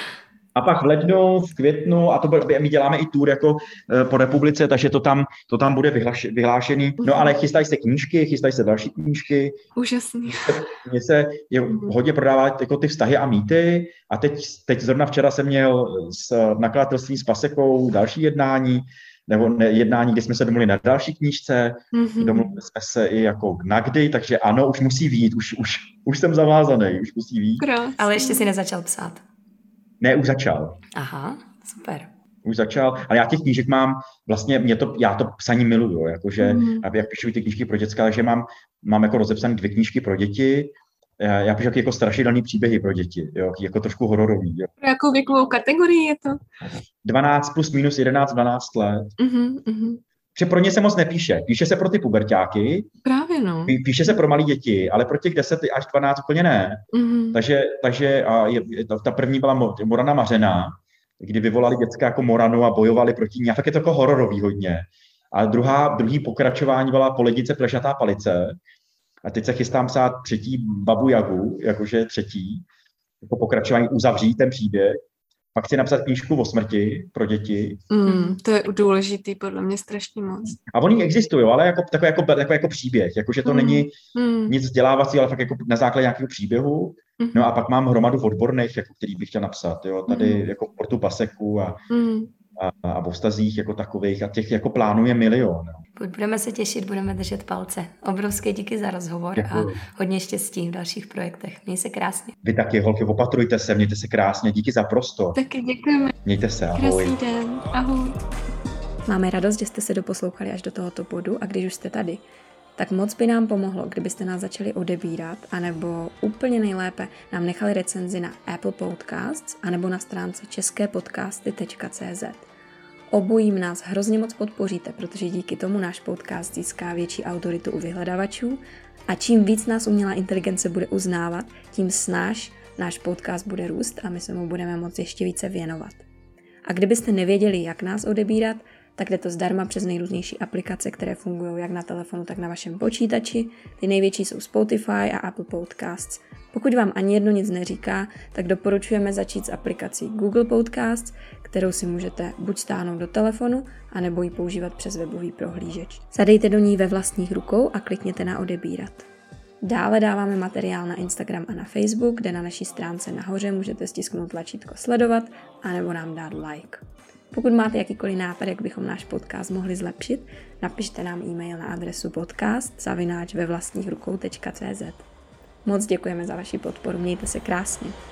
A pak v lednu, v květnu, a to bude, my děláme i tour jako po republice, takže to tam, to tam bude vyhlaš, vyhlášený. No ale chystají se knížky, chystají se další knížky. Úžasný. Mně se je hodně prodávat jako ty vztahy a mýty a teď, teď zrovna včera jsem měl s nakladatelstvím s Pasekou další jednání, nebo ne, jednání, kdy jsme se domluvili na další knížce, mm-hmm. domluvili jsme se i jako na kdy, takže ano, už musí vyjít, už, už, už jsem zavázaný, už musí vyjít. Krásný. Ale ještě si nezačal psát. Ne, už začal. Aha, super. Už začal, ale já těch knížek mám, vlastně mě to, já to psaní miluju, jakože, mm. jak píšu ty knížky pro děcka, takže mám, mám jako rozepsané dvě knížky pro děti, já píšu jako strašidelný příběhy pro děti, jo, jako trošku hororový. Jo. Pro jakou věkovou kategorii je to? dvanáct plus minus jedenáct dvanáct let. Mm-hmm, mm-hmm. Že pro ně se moc nepíše, píše se pro ty puberťáky, právě no. Píše se pro malé děti, ale pro těch deset až dvanáct úplně ne. Mm-hmm. Takže, takže a je, ta první byla Morana Mařena, kdy vyvolali děcka jako Moranu a bojovali proti ní. A tak je to jako hororový hodně. A druhá, druhý pokračování byla Po lednice plešatá palice. A teď se chystám psát třetí Babu Jagu, jakože třetí. Jako pokračování uzavřít ten příběh. Pak chci napsat knížku o smrti pro děti. Mm, to je důležitý, podle mě strašně moc. A oni existují, ale jako, takový jako, jako, jako příběh. Jakože to mm. není mm. nic vzdělávací, ale fakt jako na základě nějakého příběhu. Mm. No a pak mám hromadu odborných, jako, který bych chtěl napsat. Jo? Tady mm. jako Portu Paseku a, mm. a, a o vztazích jako takových. A těch jako plánuje milion. No. Budeme se těšit, budeme držet palce. Obrovské díky za rozhovor. Děkuju. A hodně štěstí v dalších projektech. Měj se krásně. Vy taky, holky, opatrujte se, mějte se krásně. Díky za prostor. Taky děkujeme. Mějte se, ahoj. Krásný den, ahoj. Máme radost, že jste se doposlouchali až do tohoto bodu a když už jste tady, tak moc by nám pomohlo, kdybyste nás začali odebírat, anebo úplně nejlépe nám nechali recenzi na Apple Podcasts, anebo na stránce české podcasty tečka cé zet. Obojím nás hrozně moc podpoříte, protože díky tomu náš podcast získá větší autoritu u vyhledavačů a čím víc nás umělá inteligence bude uznávat, tím snáš náš podcast bude růst a my se mu budeme moci ještě více věnovat. A kdybyste nevěděli, jak nás odebírat, tak jde to zdarma přes nejrůznější aplikace, které fungují jak na telefonu, tak na vašem počítači. Ty největší jsou Spotify a Apple Podcasts. Pokud vám ani jedno nic neříká, tak doporučujeme začít s aplikací Google Podcasts, kterou si můžete buď stáhnout do telefonu, anebo ji používat přes webový prohlížeč. Zadejte do ní Ve vlastních rukou a klikněte na odebírat. Dále dáváme materiál na Instagram a na Facebook, kde na naší stránce nahoře můžete stisknout tlačítko sledovat, anebo nám dát like. Pokud máte jakýkoliv nápad, jak bychom náš podcast mohli zlepšit, napište nám e-mail na adresu podcast zavináč ve vlastních rukou tečka cé zet. Moc děkujeme za vaši podporu, mějte se krásně.